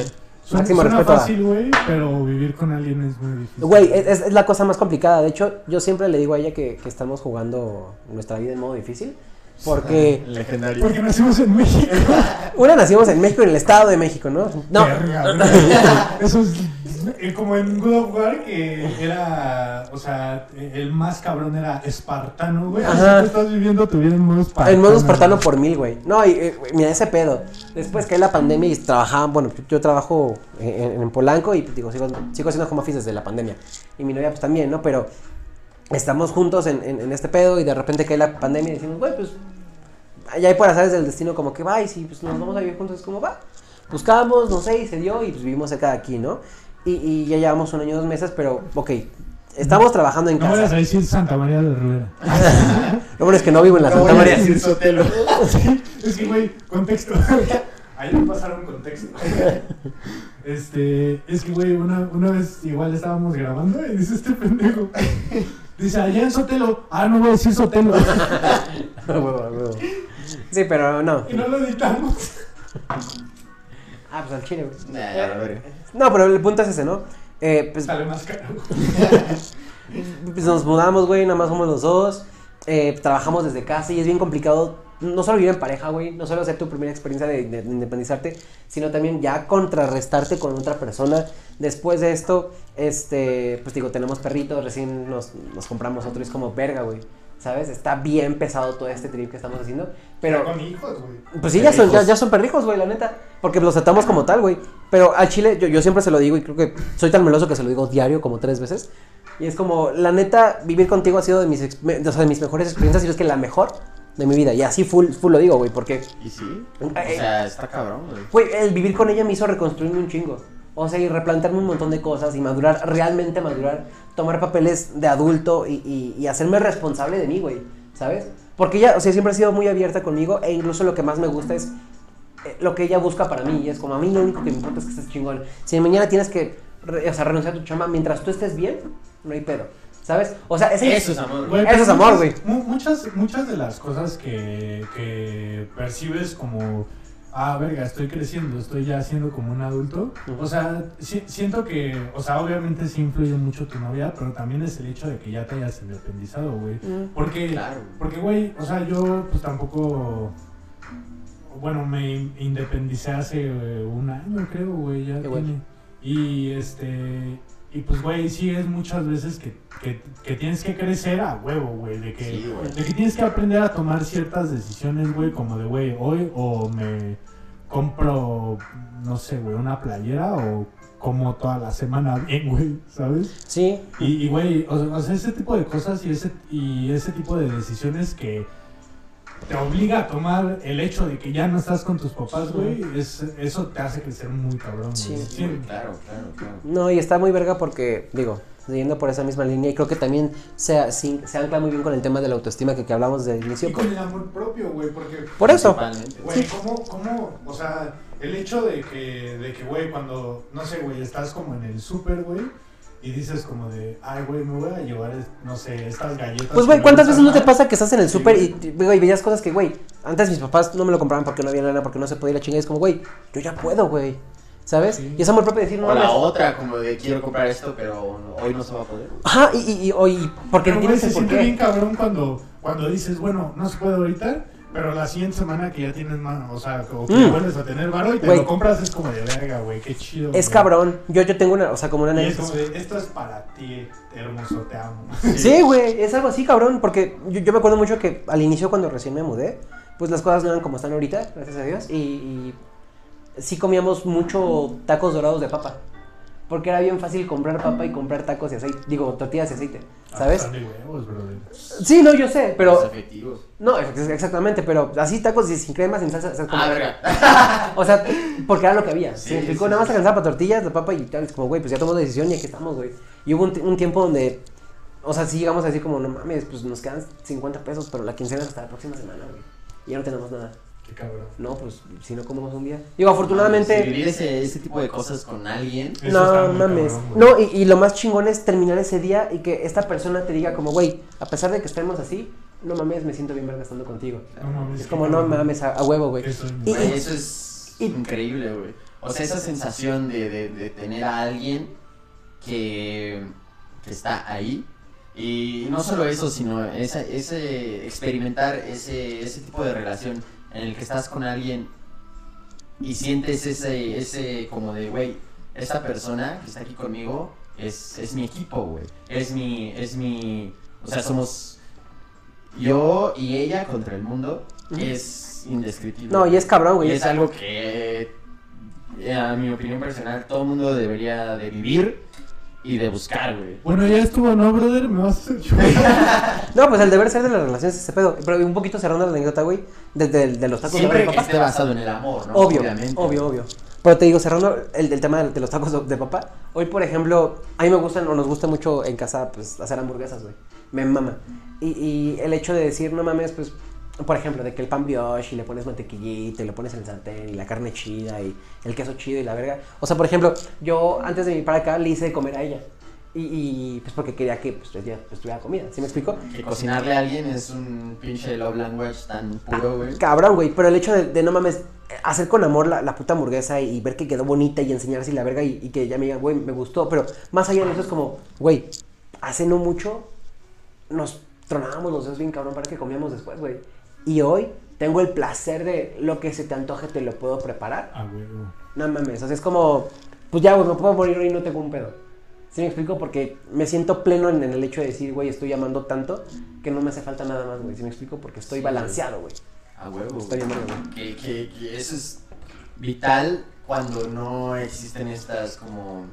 Suena,
Máximo
suena
respeto a-
fácil, güey, pero vivir con alguien es muy difícil.
Güey, es, es la cosa más complicada. De hecho, yo siempre le digo a ella que, que estamos jugando nuestra vida en modo difícil. Porque,
Legendario.
Porque nacimos en México.
una, nacimos en México, en el Estado de México, ¿no? No,
Verga, güey. Eso es eh, como en God of War, que era, o sea, el más cabrón era espartano, güey.
Ajá.
Así tú estás viviendo tu vida en modo espartano.
en modo espartano
güey.
por mil, güey. No, y, eh, mira, ese pedo. Después que la pandemia y trabajaba, bueno, yo, yo trabajo en, en Polanco y digo, sigo, sigo haciendo home office desde la pandemia. Y mi novia pues también, ¿no? Pero estamos juntos en, en, en este pedo y de repente cae la pandemia y decimos, güey, pues ya hay por azares del destino como que va y si pues nos vamos a vivir juntos es como va. Buscamos, no sé, y se dio y pues vivimos cerca de aquí, ¿no? Y, y ya llevamos un año, dos meses, pero ok, estamos trabajando en
No vayas a
casa.
decir Santa María de Rivera.
Lo bueno es que no vivo en la
No
Santa
voy a
María.
decir Sotelo.
Es que, güey, contexto. Ahí me pasaron contexto. Este, es que, güey, una, una vez igual estábamos grabando y dice este pendejo. Dice, allá en Sotelo. Ah, no voy a decir Sotelo.
Huevo, huevo. Sí, pero no.
Y no lo editamos.
Ah, pues al chile, güey.
Nah, ya, a ver.
No, pero el punto es ese, ¿no? Eh, pues,
Sale más caro.
pues nos mudamos, güey, nada más somos los dos. Eh, trabajamos desde casa y es bien complicado. No solo vivir en pareja, güey. No solo hacer tu primera experiencia de, de, de independizarte, sino también ya contrarrestarte con otra persona. Después de esto, este, pues digo, tenemos perritos, recién nos, nos compramos otro y es como verga, güey. ¿Sabes? Está bien pesado todo este trip que estamos haciendo. Pero,
con hijos, güey.
pues sí, ya son, ya, ya son perrijos, güey, la neta. Porque los tratamos como tal, güey. Pero al chile, yo, yo siempre se lo digo y creo que soy tan meloso que se lo digo diario como tres veces. Y es como, la neta, vivir contigo ha sido de mis, ex- me- o sea, de mis mejores experiencias y es que la mejor de mi vida. Y así full, full lo digo, güey, porque,
¿Y sí?
Eh,
O sea, está cabrón, güey.
güey, el vivir con ella me hizo reconstruirme un chingo. O sea, y replantearme un montón de cosas y madurar, realmente madurar, tomar papeles de adulto y, y, y hacerme responsable de mí, güey, ¿sabes? Porque ella, o sea, siempre ha sido muy abierta conmigo e incluso lo que más me gusta es eh, lo que ella busca para mí. Y es como, a mí lo único que me importa es que estés chingón. Si mañana tienes que, re- o sea, renunciar a tu chamba, mientras tú estés bien, no hay pedo, ¿sabes? O sea, ese
Eso es amor, güey.
Güey,
Eso
pero
es amor,
muchas-
güey.
mu- Muchas, muchas de las cosas que, que percibes como, ah, verga, estoy creciendo, estoy ya siendo como un adulto.
Ujú.
O sea, si- siento que, o sea, obviamente sí influye mucho tu novia, pero también es el hecho de que ya te hayas independizado, güey.
Mm.
Porque,
Claro.
porque, güey, o sea, yo pues tampoco, bueno, me in- independicé hace eh, un año, creo, güey, ya
Qué bueno.
tiene. Y este, y pues, güey, sí es muchas veces que, que, que tienes que crecer a huevo, güey, de que,
Sí, güey.
de que tienes que aprender a tomar ciertas decisiones, güey, como de, güey, hoy o me compro, no sé, güey, una playera o como toda la semana bien, güey, ¿sabes?
Sí,
Y, y, güey, o, o sea, ese tipo de cosas y ese, y ese tipo de decisiones que te obliga a tomar el hecho de que ya no estás con tus papás, güey, es, eso te hace crecer muy cabrón, güey.
Sí.
Sí.
Claro, claro, claro.
no, y está muy verga porque, digo, yendo por esa misma línea y creo que también se, sí, se ancla muy bien con el tema de la autoestima que, que hablamos del
Y
inicio.
con el amor propio, güey, porque,
Por eso.
Principalmente,
güey, ¿cómo, cómo, o sea, el hecho de que, de que, güey, cuando, no sé, güey, estás como en el súper, güey, y dices como de, ay, güey, me voy a llevar, no sé, estas galletas.
Pues,
que
güey,
me
¿cuántas veces
gustan
no te
más?
pasa que estás en el
Sí,
súper y,
güey.
güey, veías cosas que, güey, antes mis papás no me lo compraban porque no había lana, porque no se podía ir a chingar? Es como, güey, yo ya puedo, güey, ¿sabes?
Sí.
Y es amor propio decir, no
O la
mames.
otra, como de quiero comprar esto, pero hoy no se va a poder.
Ajá, y, y, y, o- y porque
Pero, güey,
entiendes
se
el por
siente bien
qué.
cabrón cuando, cuando dices, bueno, no se puede ahorita, pero la siguiente semana que ya tienes mano, o sea, como que
Mm.
vuelves a tener varo y te
Güey.
lo compras, es como de verga, güey, qué chido.
Es
güey.
cabrón. Yo, yo tengo una, o sea, como una
Y es
anécdota.
como de, esto es para ti, hermoso, te amo.
Sí, güey, es algo así, cabrón, porque yo, yo me acuerdo mucho que al inicio cuando recién me mudé, pues las cosas no eran como están ahorita, gracias a Dios, y, y sí comíamos mucho tacos dorados de papa, porque era bien fácil comprar papa y comprar tacos y aceite, digo, tortillas y aceite, ¿sabes?
Ah, están de huevos, brother.
Sí, no, yo sé,
Los
pero,
efectivos.
no, ex- exactamente, pero así tacos y sin crema, sin salsa, o sea, como-
Ah, verga.
o sea, porque era lo que había, ¿sí
Sí,
me explicó?
sí,
Nada más
sí.
alcanzaba para tortillas, la papa y tal, es como, güey, pues ya tomamos la decisión y aquí estamos, güey, y hubo un, ti- un tiempo donde, o sea, sí llegamos a decir como, no mames, pues nos quedan cincuenta pesos, pero la quincena es hasta la próxima semana, güey, y ya no tenemos nada.
Qué cabrón.
No, pues si no comemos un día. Digo, afortunadamente.
Si vivir ese, ese tipo de cosas con alguien.
Eso está
No
muy
mames.
cabrón, güey.
No, y, y lo más chingón es terminar ese día y que esta persona te diga como, güey, a pesar de que estemos así, no mames, me siento bien verga estando contigo.
No mames,
Es
qué
como, no
cabrón.
mames, a, a huevo, güey.
Eso es
Y-
Güey, eso es
y-
increíble, güey. O sea, esa sensación de, de, de tener a alguien que, que está ahí. Y no solo eso, sino esa, ese experimentar ese, ese tipo de relación en el que estás con alguien y sientes ese, ese como de, güey, esta persona que está aquí conmigo es, es mi equipo, güey. Es mi, es mi, o sea, somos yo y ella contra el mundo. Es indescriptible.
No, y es cabrón, güey.
Y es algo que, a mi opinión personal, todo el mundo debería de vivir y de buscar, güey.
Bueno, ya estuvo, ¿no, brother? Me vas a hacer llorar.
No, pues el deber ser de las relaciones es ese pedo. Pero un poquito cerrando la anécdota, güey, desde el, de los tacos
Siempre
de
que
papá.
esté basado en el amor, ¿no?
Obvio,
Obviamente.
obvio, obvio. Pero te digo, cerrando el, el tema de, de los tacos de, de papá. Hoy, por ejemplo, a mí me gustan o nos gusta mucho en casa, pues, hacer hamburguesas, güey. Me mama. Y, y el hecho de decir, no mames, pues, por ejemplo, de que el pan brioche y le pones mantequillita y le pones en el sartén y la carne chida y el queso chido y la verga. O sea, por ejemplo, yo antes de venir para acá le hice de comer a ella. Y, y pues porque quería que pues, ella pues, tuviera comida, ¿sí me explico?
Que cocinarle a alguien es un pinche love language tan puro, güey.
Cabrón, güey, pero el hecho de, de no mames, hacer con amor la, la puta hamburguesa y, y ver que quedó bonita y enseñarse la verga y, y que ella me diga, güey, me gustó, pero más allá de eso es como, güey, hace no mucho nos tronábamos los dedos bien cabrón para que comíamos después, güey. Y hoy tengo el placer de lo que se te antoje te lo puedo preparar.
Ah, güey.
No mames, o sea, es como, pues ya, güey, me puedo morir hoy y no tengo un pedo. ¿Sí me explico? Porque me siento pleno en, en el hecho de decir, güey, estoy amando tanto que no me hace falta nada más, güey. ¿Sí me explico? Porque estoy
Sí,
balanceado, güey.
A huevo.
Estoy
güey.
amando, güey.
Que, que, que eso es vital cuando no existen estas como,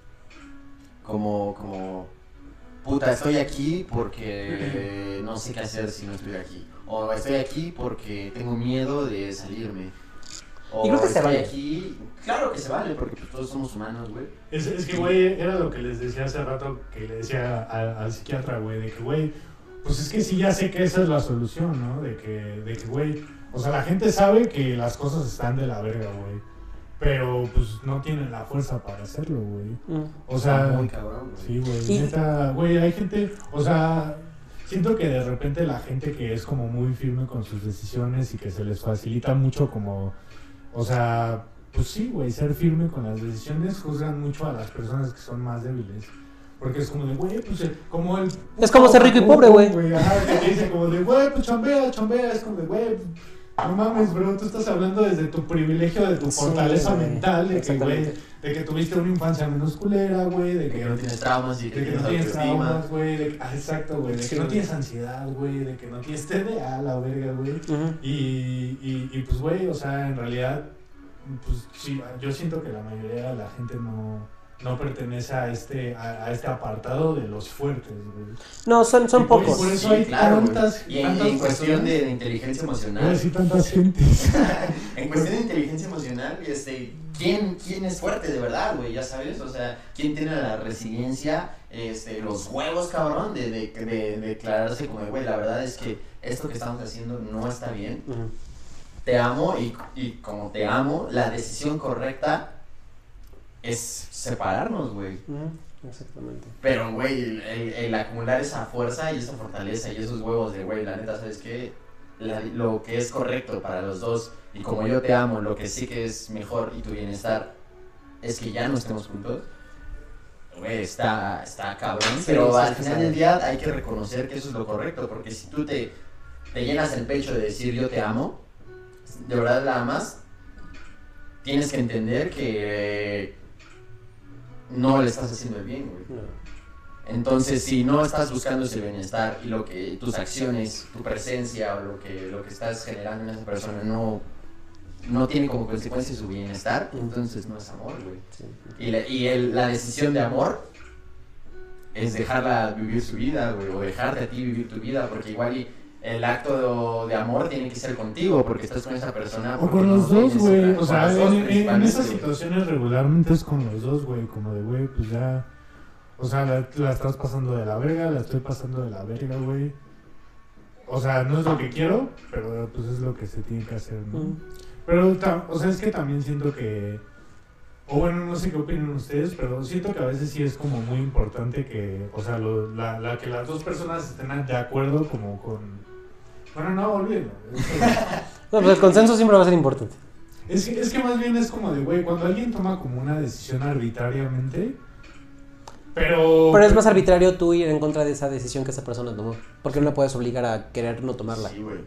como, como, puta, estoy aquí porque no sé qué hacer si no estoy aquí. O estoy aquí porque tengo miedo de salirme. O
Y creo que se
estoy
vale.
aquí, claro que se vale, porque pues, todos somos humanos, güey.
Es, es que, güey, era lo que les decía hace rato, que le decía al, al psiquiatra, güey, de que, güey, pues es que sí, ya sé que esa es la solución, ¿no? De que, de que, güey, o sea, la gente sabe que las cosas están de la verga, güey, pero, pues, no tienen la fuerza para hacerlo, güey.
Mm.
O sea,
muy cabrón, güey.
sí, güey,
Y-
neta, güey, hay gente, o sea, siento que de repente la gente que es como muy firme con sus decisiones y que se les facilita mucho como, o sea, pues sí, güey, ser firme con las decisiones, juzgan mucho a las personas que son más débiles. Porque es como de, güey, pues eh, como el...
Es como ser rico y pobre, güey.
Ajá, que te dice como de, güey, pues chambea, chambea, es como de, güey, no mames, bro, tú estás hablando desde tu privilegio, de tu
Sí,
fortaleza
güey,
mental, de que, güey,
exactamente.
de que tuviste una infancia menos culera, güey, de
De
que...
que no tienes traumas y que
De que no
tienes
tienes
autoestima.
traumas, güey, de, ah, exacto, güey, de
Sí,
que no
güey.
tienes ansiedad, güey, de que no tienes T D A, la verga, güey.
Ujú.
Y, y, y pues, güey, o sea, en realidad, pues sí, yo siento que la mayoría de la gente no, no pertenece a este, a, a este apartado de los fuertes, güey.
No, son, son
Y por-
pocos.
por eso
Sí,
hay
claro, güey.
tantas-
Y en,
tantas
en cuestión
personas-
de, de inteligencia
Voy a
emocional,
decir tantas gentes.
en cuestión de inteligencia emocional, este, ¿quién, quién es fuerte de verdad, güey? Ya sabes, o sea, ¿quién tiene la resiliencia, este, los huevos, cabrón, de, de, de, de declararse como, güey, la verdad es que esto que estamos haciendo no está bien,
Ujú.
te amo y, y como te amo, la decisión correcta es separarnos, güey.
Ujú, exactamente.
Pero, güey, el, el- el acumular esa fuerza y esa fortaleza y esos huevos de, güey, la neta, ¿sabes qué? La- lo que es correcto para los dos y como yo te amo, lo que sí que es mejor y tu bienestar es que ya no estemos juntos. Güey, está, está cabrón,
Sí,
pero
sí,
al
sí,
final
sí.
del día hay que reconocer que eso es lo correcto, porque si tú te, te llenas el pecho de decir yo te amo, de verdad la amas, tienes que entender que eh, no le estás haciendo el bien, güey.
No.
Entonces, si no estás buscando ese bienestar y lo que tus acciones, tu presencia o lo que lo que estás generando en esa persona no no tiene como consecuencia su bienestar, entonces no es amor, güey.
Sí.
Y, la, y el- la decisión de amor es dejarla vivir su vida, güey, o dejarte a ti vivir tu vida, porque igual y el acto de, de amor tiene que ser contigo, porque estás con esa persona.
O
porque
con
no
los dos,
tienes
güey.
otra-
O sea,
con los dos,
en, en- en
principalmente,
esas
güey.
situaciones regularmente es con los dos, güey. Como de, güey, pues ya. O sea, la, la estás pasando de la verga, la estoy pasando de la verga, güey. O sea, no es lo que quiero, pero pues es lo que se tiene que hacer, ¿no?
Mm.
Pero, ta- o sea, es que también siento que. O bueno, no sé qué opinan ustedes, pero siento que a veces sí es como muy importante que, o sea, lo- la, la que las dos personas estén de acuerdo como con... Bueno, no, olvídenlo. Eso-
No, pues el consenso siempre va a ser importante.
Es que, es que más bien es como de, güey, cuando alguien toma como una decisión arbitrariamente, pero...
Pero es más arbitrario tú ir en contra de esa decisión que esa persona tomó. Porque no la puedes obligar a querer no tomarla.
Sí, güey.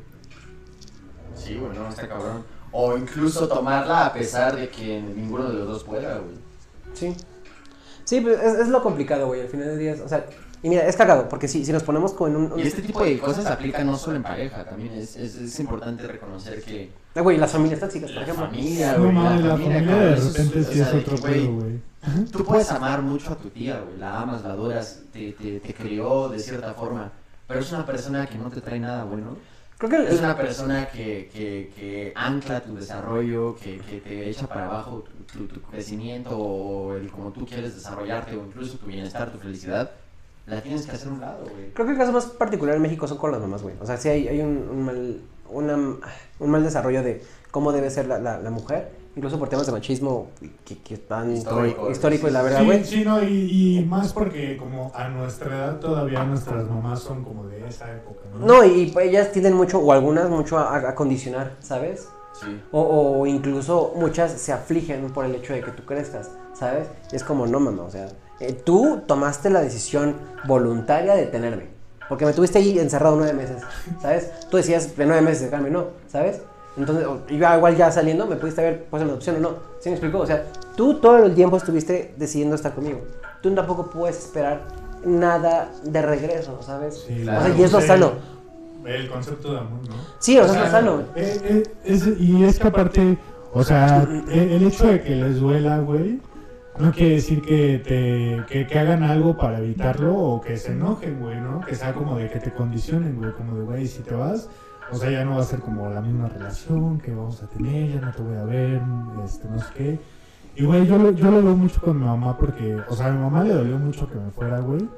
Sí, güey, no, está cabrón. O incluso tomarla a pesar de que ninguno de los dos pueda, güey.
Sí. Sí, pues es, es lo complicado, güey, al final de días, o sea, y mira, es cagado, porque si, si nos ponemos como en un... un
Y este tipo de cosas aplican no solo en pareja, también es, es, es importante reconocer que...
Eh, güey, las familias tóxicas, por
La
ejemplo.
familia,
No
güey,
mames, la familia
cabrón,
de
eso es-
repente
o
sí
sea,
es
de
otro
que, güey,
pedo, güey.
Tú puedes amar mucho a tu tía, güey, la amas, la adoras, te, te, te crió de cierta forma, pero es una persona que no te trae nada bueno.
Creo que el-
Es una persona que, que, que ancla tu desarrollo, que, que te echa para abajo tu, tu, tu crecimiento o el como tú quieres desarrollarte o incluso tu bienestar, tu felicidad, la tienes que hacer a un lado, güey.
creo que el caso más particular en México son con las mamás, güey. O sea, sí hay, hay un, un mal una, un mal desarrollo de cómo debe ser la, la, la mujer, incluso por temas de machismo que, que están
Histórico.
histórico y la verdad, güey.
Sí, sí, no, y, y más porque como a nuestra edad todavía nuestras mamás son como de esa época, ¿no?
No, y pues, ellas tienden mucho, o algunas mucho a, a condicionar, ¿sabes?
Sí.
O, o incluso muchas se afligen por el hecho de que tú crezcas, ¿sabes? Y es como, no, mamá, o sea, eh, tú tomaste la decisión voluntaria de tenerme. Porque me tuviste ahí encerrado nueve meses, ¿sabes? Tú decías de nueve meses de cambio, no, ¿sabes? Entonces, o- yo igual ya saliendo, me pudiste haber puesto en adopción o no. ¿Sí me explico? O sea, tú todo el tiempo estuviste decidiendo estar conmigo. Tú tampoco puedes esperar nada de regreso, ¿sabes?
Sí,
o
claro.
sea, y es lo
Sí.
sano.
El concepto de amor, ¿no?
Sí, o sea, es lo sano.
eh, eh, es- y es que aparte, o sea, el, el hecho de que les duela, güey, no quiere decir que te que, que hagan algo para evitarlo o que se enojen, güey, ¿no? Que sea como de que te condicionen, güey, como de, güey, si te vas, o sea, ya no va a ser como la misma relación que vamos a tener, ya no te voy a ver, este, no sé qué. Y, güey, yo, lo- yo lo veo mucho con mi mamá porque, o sea, a mi mamá le dolió mucho que me fuera, güey,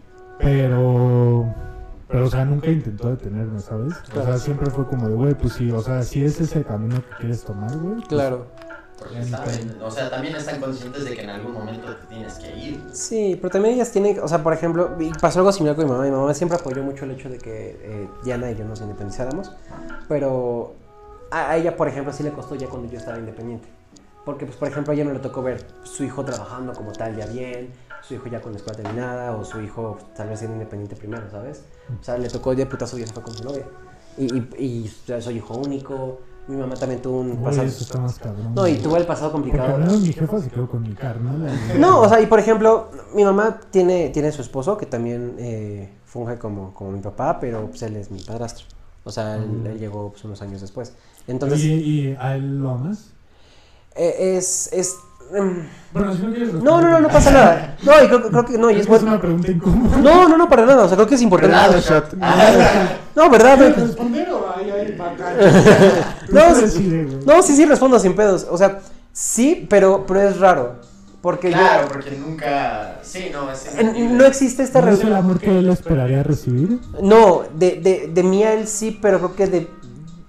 pero... Pero, o sea, nunca intentó detenerme, ¿sabes? O sea,
Claro.
siempre fue como de, güey, pues sí, o sea, si ese es el camino que quieres tomar, güey. pues,
Claro.
Porque saben, o sea, también están conscientes de que en algún momento te tienes que ir.
Sí, pero también ellas tienen, o sea, por ejemplo, y pasó algo similar con mi mamá. Mi mamá siempre apoyó mucho el hecho de que eh, Diana y yo nos independizáramos, pero a, a ella, por ejemplo, sí le costó ya cuando yo estaba independiente. Porque, pues, por ejemplo, a ella no le tocó ver su hijo trabajando como tal ya bien, su hijo ya con la escuela terminada, o su hijo pues, tal vez siendo independiente primero, ¿sabes? O sea, le tocó de putazo y ya se fue con su novia. Y, y, y ya soy hijo único. Mi mamá también tuvo un
Güey,
pasado.
eso está más cabrón.
No, y
güey.
tuvo el pasado
Porque
complicado.
al menos mi jefa se quedó con mi carnal.
No, o sea, y por ejemplo, mi mamá tiene, tiene su esposo que también eh, funge como, como mi papá, pero pues él es mi padrastro. O sea, él,
Mm.
él llegó pues, unos años después. Entonces,
Oye, ¿y a él lo amas?
eh, es... es mm,
Bueno, si no quieres
no, no, no, no pasa nada. No, y creo, creo que no, y
Es,
es
que es
bueno.
una pregunta incómoda.
No, no, no, para nada. O sea, creo que es importante.
Helado shot.
No, ¿verdad?
¿Quieres
No,
responder o hay ahí para acá?
No,
Tú
sí-
decides, güey.
no, sí, sí, respondo sin pedos. O sea, sí, pero, pero es raro. Porque
Claro, porque nunca. Sí, no, es
yo... en-
entendible.
no existe esta
¿No es el
relación.
amor que él esperaría recibir?
No, de, de, de mí a él sí, pero creo que de,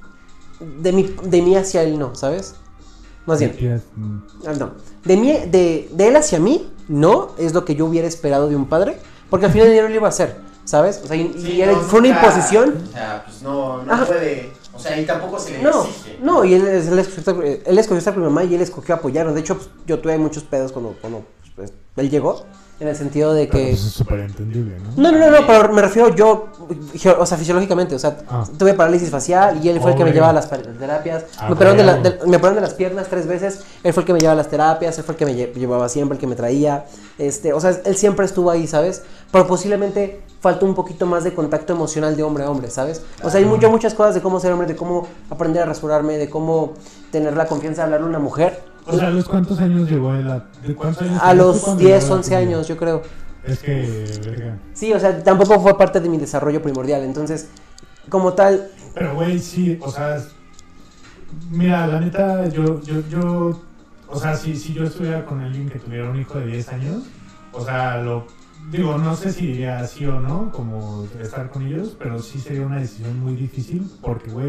de, mí, de mí hacia él no, ¿sabes? Más bien,
Quieres, mm,
ah, no. De, mí, de, de él hacia mí, no, es lo que yo hubiera esperado de un padre, porque al final yo no lo iba a hacer, ¿sabes? O sea, y,
Sí,
y era-
no,
fue una
nunca-
imposición.
O sea, pues no, no
Ajá.
puede. O sea, y tampoco se le
No,
exige.
no, y él, él, escogió estar, él escogió estar con mi mamá y él escogió apoyarnos. De hecho, pues, yo tuve muchos pedos cuando, cuando pues, él llegó, en el sentido de
pero
que...
pues es súper entendible, ¿no?
No, no, no, no, pero me refiero yo, geo- o sea, fisiológicamente, o sea,
Ah.
tuve parálisis facial y él fue el que me
Obvio.
llevaba a las pa- terapias,
Ah,
me, operaron de la-
claro.
de- me operaron de las piernas tres veces, él fue el que me llevaba a las terapias, él fue el que me lle- llevaba siempre, el que me traía, este, o sea, él siempre estuvo ahí, ¿sabes? Pero posiblemente faltó un poquito más de contacto emocional de hombre a hombre, ¿sabes? O sea, hay muchas, muchas cosas de cómo ser hombre, de cómo aprender a rasurarme, de cómo tener la confianza de hablarle a una mujer,
O sea, ¿a los cuántos años llegó él? ¿A, de cuántos años
a
tenías tú
los
cuando
diez,
llegó la
once
tuya?
años, yo creo.
Es que, verga.
Sí, o sea, tampoco fue parte de mi desarrollo primordial, entonces, como tal,
Pero, güey, sí, o sea, es- mira, la neta, yo, yo, yo, o sea, si, si yo estuviera con alguien que tuviera un hijo de diez años, o sea, lo, digo, no sé si diría sí o no, como estar con ellos, pero sí sería una decisión muy difícil, porque, güey,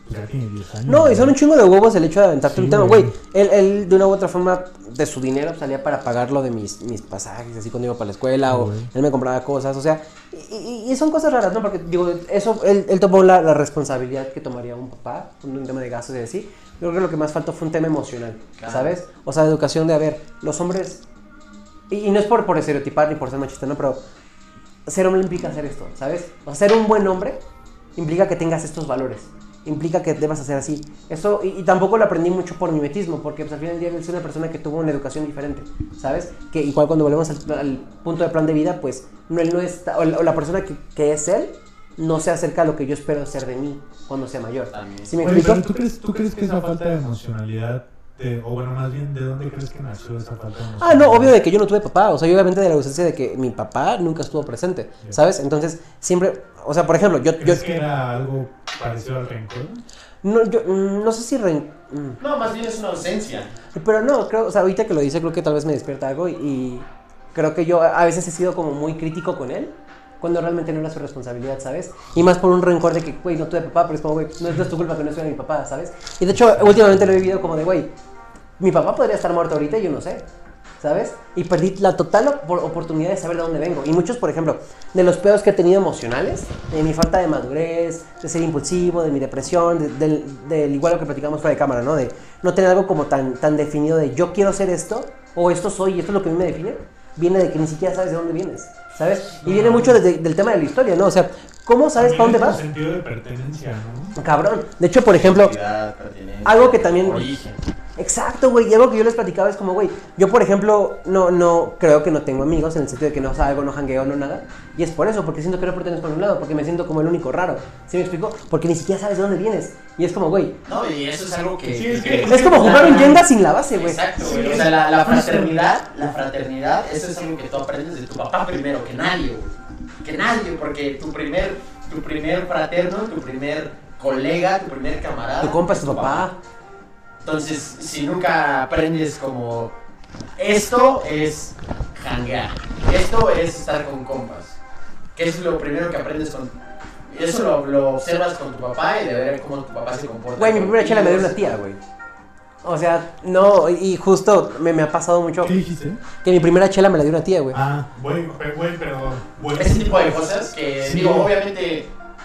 pues ya tiene diez años.
No, y son un chingo de huevos el hecho de aventarte
Sí,
un tema,
güey.
güey. Él, él de una u otra forma de su dinero salía para pagar lo de mis, mis pasajes, así cuando iba para la escuela, o
Güey.
él me compraba cosas, o sea, y, y- y son cosas raras, ¿no? Porque digo, eso, él, él tomó la, la responsabilidad que tomaría un papá, con un tema de gastos y así. Yo creo que lo que más faltó fue un tema emocional,
Claro.
¿sabes? O sea, de educación de, a ver, los hombres, y, y no es por, por estereotipar ni por ser machista, ¿no? Pero ser hombre implica hacer esto, ¿sabes? O sea, ser un buen hombre implica que tengas estos valores. Implica que debas hacer así. Eso, y, y tampoco lo aprendí mucho por mimetismo, porque pues, al final del día él es una persona que tuvo una educación diferente, ¿sabes? Que igual cuando volvemos al, al punto de plan de vida, pues no, él no está, o la, o la persona que, que es él no se acerca a lo que yo espero ser de mí cuando sea mayor.
También.
¿Sí me
Oye,
explico?
pero ¿tú crees, ¿tú crees que esa falta de emocionalidad, te- o bueno, más bien, ¿de dónde crees que nació esa falta de emocionalidad?
Ah, no, obvio de que yo no tuve papá, o sea, yo obviamente de la ausencia de que mi papá nunca estuvo presente, ¿sabes? Entonces, siempre, o sea, por ejemplo, yo... yo
¿Crees que era algo parecido al rencor?
no, yo, mm, no sé si... ren- mm,
No, más bien es una ausencia.
Pero no, creo, o sea, ahorita que lo dice, creo que tal vez me despierta algo y, y creo que yo a veces he sido como muy crítico con él, cuando realmente no era su responsabilidad, ¿sabes? Y más por un rencor de que, güey, no tuve papá, pero es como, güey, no, no es tu culpa que no estuviera mi papá, ¿sabes? Y de hecho, últimamente lo he vivido como de, güey, mi papá podría estar muerto ahorita y yo no sé, ¿sabes? Y perdí la total op- oportunidad de saber de dónde vengo. Y muchos, por ejemplo, de los pedos que he tenido emocionales, de mi falta de madurez, de ser impulsivo, de mi depresión, de- del, del igual lo que platicamos fuera de cámara, ¿no? De no tener algo como tan, tan definido de yo quiero ser esto, o esto soy y esto es lo que a mí me define, viene de que ni siquiera sabes de dónde vienes, ¿sabes? Y viene mucho desde, del tema de la historia, ¿no? O sea, ¿cómo sabes para dónde
También
vas?
es un sentido de pertenencia, ¿no?
Cabrón. De hecho, por ejemplo,
Identidad, pertenencia,
algo que también...
origen.
Exacto, güey, y algo que yo les platicaba es como, güey, yo por ejemplo, no, no, creo que no tengo amigos en el sentido de que no salgo, no jangueo, no nada, y es por eso, porque siento que no pertenezco a ningún lado, porque me siento como el único raro, ¿sí me explico? Porque ni siquiera sabes de dónde vienes, y es como, güey,
No, y eso es algo que...
Sí, es que-
es como jugar un Jenga sin la base, güey.
Exacto, güey. O sea, la, la fraternidad, la fraternidad, eso es algo que tú aprendes de tu papá primero, que nadie, güey. Que nadie, porque tu primer, tu primer fraterno, tu primer colega, tu primer camarada...
Tu compa es tu papá.
Entonces, si nunca aprendes como... Esto es janguear, esto es estar con compas. Que es lo primero que aprendes con... Eso lo, lo observas con tu papá y de ver cómo tu papá se comporta.
Güey, mi primera
contigo.
chela me dio una tía, güey. O sea, no, y justo me, me ha pasado mucho
¿Qué dijiste?
que mi primera chela me la dio una tía, güey.
Ah, güey, pero- güey, pero... güey.
Ese tipo de cosas que,
Sí.
digo, obviamente,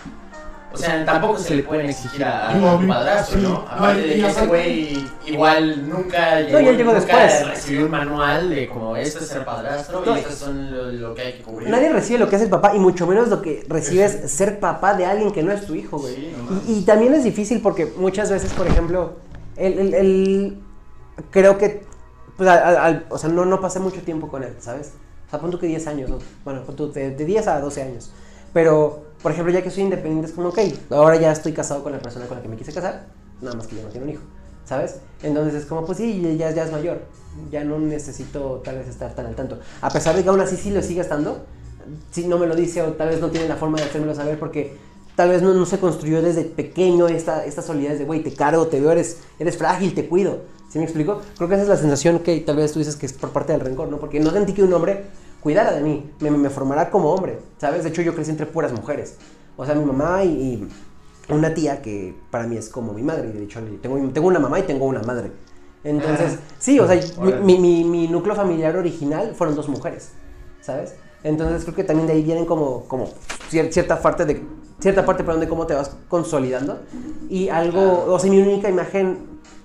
o sea, tampoco se le pueden exigir a, a
Digo,
tu padrastro,
sí.
¿no? Aparte de
Y
que ese
aparte-
güey igual nunca llegó,
ya llegó
nunca
después.
recibió un manual de como esto es ser padrastro
No,
y esto son lo, lo que hay que cubrir.
Nadie recibe lo que es el papá y mucho menos lo que recibes ser papá de alguien que no es tu hijo, güey.
Sí, no mames.
y, y también es difícil porque muchas veces, por ejemplo, el, el, el- creo que, pues, al- al- al- o sea, no, no pasé mucho tiempo con él, ¿sabes? O sea, pon tú que diez años, ¿no? Bueno, pon tú de, de diez a doce años. Pero, por ejemplo, ya que soy independiente, es como, ok, ahora ya estoy casado con la persona con la que me quise casar, nada más que ya no tiene un hijo, ¿sabes? Entonces es como, pues sí, ya, ya es mayor, ya no necesito tal vez estar tan al tanto. A pesar de que aún así sí lo sigue estando, si no me lo dice o tal vez no tiene la forma de hacérmelo saber porque tal vez no, no se construyó desde pequeño esta, esta solidez de, güey, te cargo, te veo, eres, eres frágil, te cuido. ¿Sí me explico? Creo que esa es la sensación que tal vez tú dices que es por parte del rencor, ¿no? Porque no sentí que un hombre cuidara de mí, me, me formara como hombre, ¿sabes? De hecho, yo crecí entre puras mujeres. O sea, mi mamá y, y una tía que para mí es como mi madre. De hecho, tengo, tengo una mamá y tengo una madre. Entonces, sí, o sea, mi, mi, mi, mi núcleo familiar original fueron dos mujeres, ¿sabes? Entonces creo que también de ahí vienen como, como cier- cierta parte de cierta parte perdón, de cómo te vas consolidando y algo, o sea, mi única imagen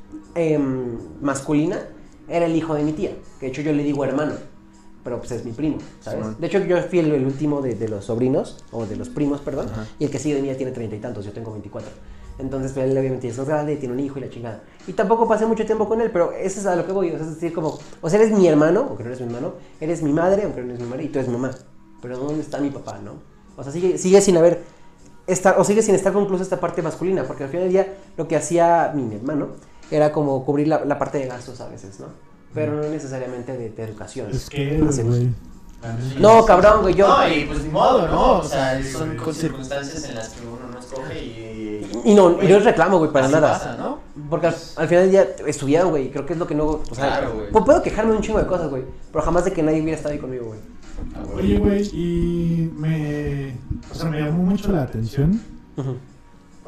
eh, masculina era el hijo de mi tía, que de hecho yo le digo hermano, pero pues es mi primo, ¿sabes?
Sí.
De hecho yo fui el, el último de, de los sobrinos, o de los primos, perdón,
Ajá.
y el que sigue de mí ya tiene treinta y tantos, yo tengo veinticuatro. Entonces, pues, él obviamente es más grande, tiene un hijo y la chingada. Y tampoco pasé mucho tiempo con él, pero eso es a lo que voy. O sea, es decir, como, o sea, eres mi hermano, aunque no eres mi hermano, eres mi madre, aunque no eres mi madre, y tú eres mi mamá. Pero ¿dónde está mi papá, no? O sea, sigue, sigue sin haber, estar, o sigue sin estar conclusa esta parte masculina, porque al final del día lo que hacía mi hermano era como cubrir la, la parte de gastos a veces, ¿no? Pero no necesariamente de, de educación.
Es que, güey. la neta.
No, cabrón, güey, yo...
No, y pues ni modo, ¿no? O sea, son co- circunstancias en las que uno no escoge y...
Y no, y
güey,
no es reclamo, güey, para
así
nada.
pasa, ¿no?
Porque al, al final del día estudiaron, güey, y creo que es lo que no... O sea,
Claro, güey.
pues puedo quejarme de un chingo de cosas, güey, pero jamás de que nadie hubiera estado ahí conmigo, güey.
Ah, güey.
Oye, güey, y me... O sea, me llamó mucho la atención.
Ujú.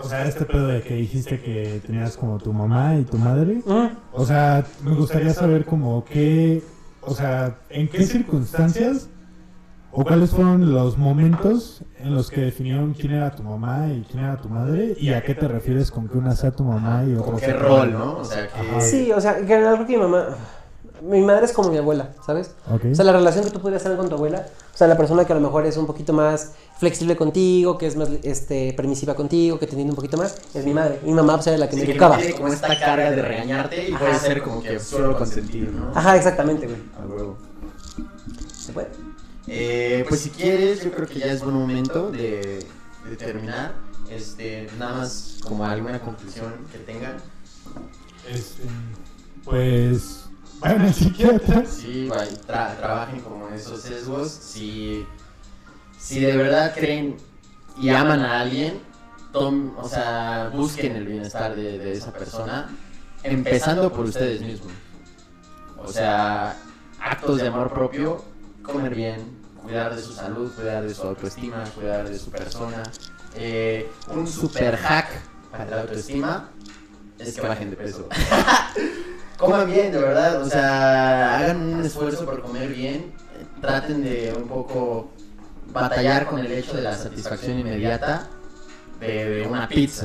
o sea, este pedo de que dijiste que tenías como tu mamá y tu madre,
¿Mm?
o sea, me gustaría saber como qué, o sea, en qué circunstancias o cuáles fueron los momentos en los que definieron quién era tu mamá y quién era tu madre y a qué te refieres con que una sea tu mamá y otra
Como
sea
qué
tu
rol,
madre.
¿no? O sea, que...
Ajá.
Sí, o sea, que algo que mi mamá... Mi madre es como mi abuela, ¿sabes?
Ok.
O sea, la relación que tú podrías tener con tu abuela, o sea, la persona que a lo mejor es un poquito más flexible contigo, que es más este, permisiva contigo, que te entiende un poquito más, es mi madre. Mi mamá pues, era la que
Sí,
me
que
educaba.
no tiene como esta carga de regañarte y puede ser como que solo consentir, ¿no?
Ajá, exactamente, güey.
A huevo.
¿Se puede?
Eh, pues si quieres, yo creo que ya es buen momento de, de terminar. Este, nada más como alguna conclusión que tengan.
Este, pues, vayan al psiquiatra.
Sí, vaya, tra- trabajen como en esos sesgos. Si, si de verdad creen y aman a alguien, tom, o sea, busquen el bienestar de, de esa persona, empezando por ustedes mismos. O sea, actos de amor propio, comer bien, cuidar de su salud, cuidar de su autoestima, cuidar de su persona. Eh, un super hack para la autoestima es que bajen de peso. Coman bien, de verdad, o sea, hagan un esfuerzo por comer bien, eh, traten de un poco batallar con el hecho de la satisfacción inmediata de, de una pizza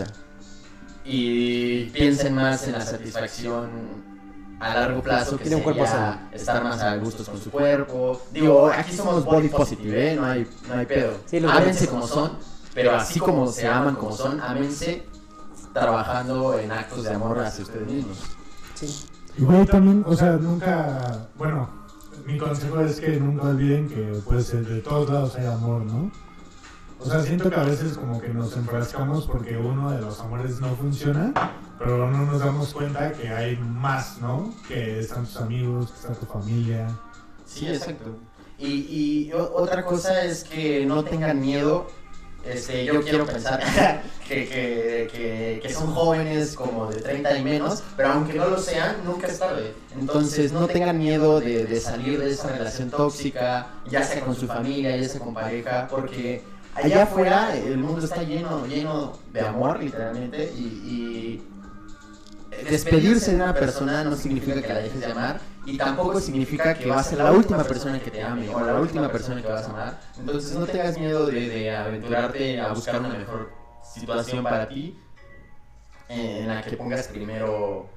y piensen más en la satisfacción a largo plazo, que
Tiene un cuerpo
sería
sano.
estar más a gustos con su cuerpo. Digo, aquí somos body positive, ¿eh? No hay, no hay pedo.
Sí, los
Ámense
body-
como son, pero así como se aman como son, ámense trabajando en actos de amor hacia ustedes mismos.
Sí.
Y güey, también, o sea, nunca, bueno, mi consejo es que nunca olviden que pues de todos lados hay amor, ¿no? O sea, siento que a veces como que nos enfrascamos porque uno de los amores no funciona, pero no nos damos cuenta que hay más, ¿no? Que están tus amigos, que está tu familia.
Sí, exacto. Y, y o- otra cosa es que no tengan miedo. Este, yo quiero pensar que, que, que, que son jóvenes como de treinta y menos, pero aunque no lo sean, nunca es tarde. Entonces no tengan miedo de, de salir de esa relación tóxica, ya sea con su familia, ya sea con pareja, porque allá afuera el mundo está lleno, lleno de amor, literalmente, y, y despedirse de una persona no significa que la dejes de amar, y tampoco significa que va a ser la última persona que te ame o la última persona que vas a amar. Entonces no tengas miedo de, de aventurarte a buscar una mejor situación para ti, eh, en la que pongas primero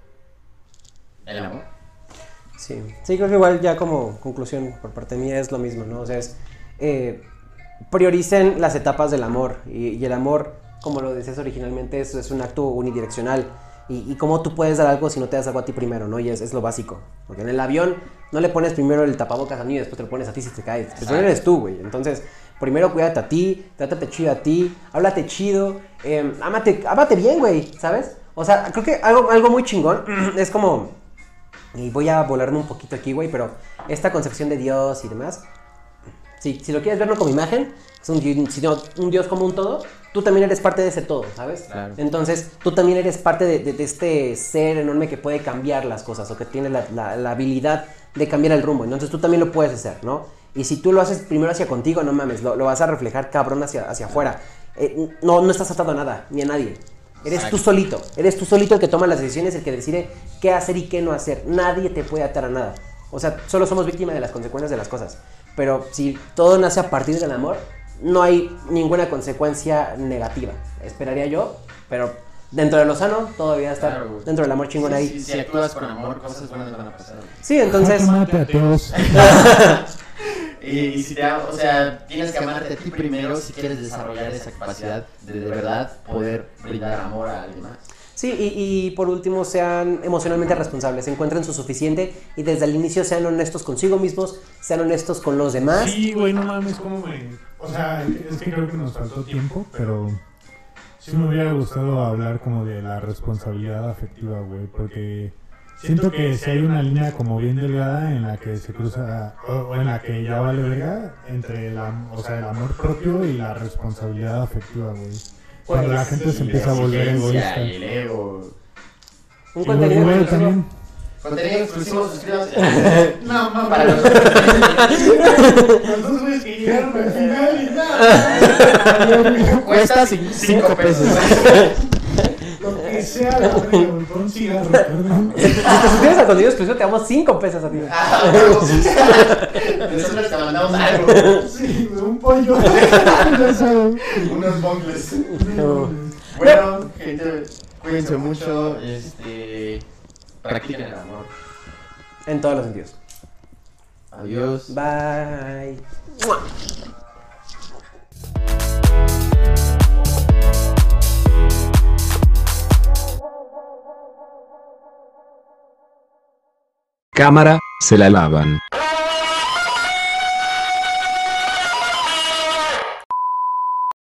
el amor.
Sí, sí, creo que igual ya como conclusión por parte mía es lo mismo, ¿no? O sea, es eh, prioricen las etapas del amor y, y el amor, como lo decías originalmente, es, es un acto unidireccional y, y cómo tú puedes dar algo si no te das algo a ti primero, ¿no? Y es, es lo básico, porque en el avión no le pones primero el tapabocas a mí y después te lo pones a ti si te caes, pues primero eres tú, güey, entonces primero cuídate a ti, trátate chido a ti, háblate chido, eh, ámate, ámate bien, güey, ¿sabes? O sea, creo que algo, algo muy chingón es como... Y voy a volarme un poquito aquí, güey, pero esta concepción de Dios y demás, si, si lo quieres ver no como imagen, es un, di- sino un Dios como un todo, tú también eres parte de ese todo, ¿sabes?
Claro.
Entonces, tú también eres parte de, de- de este ser enorme que puede cambiar las cosas o que tiene la, la- la habilidad de cambiar el rumbo. Entonces, tú también lo puedes hacer, ¿no? Y si tú lo haces primero hacia contigo, no mames, lo, lo vas a reflejar cabrón hacia, hacia afuera. Eh, no, no estás atado a nada, ni a nadie. Eres
Exacto.
tú solito, eres tú solito el que toma las decisiones, el que decide qué hacer y qué no hacer. Nadie te puede atar a nada. O sea, solo somos víctimas de las consecuencias de las cosas. Pero si todo nace a partir del amor, no hay ninguna consecuencia negativa. Esperaría yo, pero dentro de lo sano, todavía está
Claro.
dentro del amor chingón
Sí,
ahí.
sí, si actúas con amor, cosas buenas van a pasar.
Sí, entonces...
Mate a todos.
Y, y si te am- o sea, tienes que amarte a ti primero si quieres desarrollar esa capacidad de de verdad poder brindar amor a alguien más.
Sí, y, y por último, sean emocionalmente responsables, encuentren su suficiente y desde el inicio sean honestos consigo mismos, sean honestos con los demás.
Sí, güey, no mames, cómo me... O sea, es que creo que nos faltó tiempo, pero sí me hubiera gustado hablar como de la responsabilidad afectiva, güey, porque siento que si hay una línea como bien delgada en la que se cruza, o, o en la que ya vale verga, entre el, am- o sea, el amor propio y la responsabilidad afectiva, güey. Cuando la gente se empieza a volver
Exigencia
egoísta.
y el ego.
Un
Sí, güey,
contenido
güey,
exclusivo.
también,
Contenido exclusivo, suscríbanse.
No, mames.
Para los...
Los dos güeyes que llegaron al final y nada.
Cuesta cinco pesos.
Lo que sea, güey, con un cigarro, perdón.
Si te suscribes al contenido exclusivo, te damos cinco pesos a ti.
Ah, huevo. Nosotros te mandamos algo.
Sí, güey, un pollo. Ya saben.
Unos bongles.
No.
Bueno, gente, cuídense mucho. Este. Practiquen el amor.
En todos los sentidos.
Adiós.
Bye.
Cámara, se la lavan.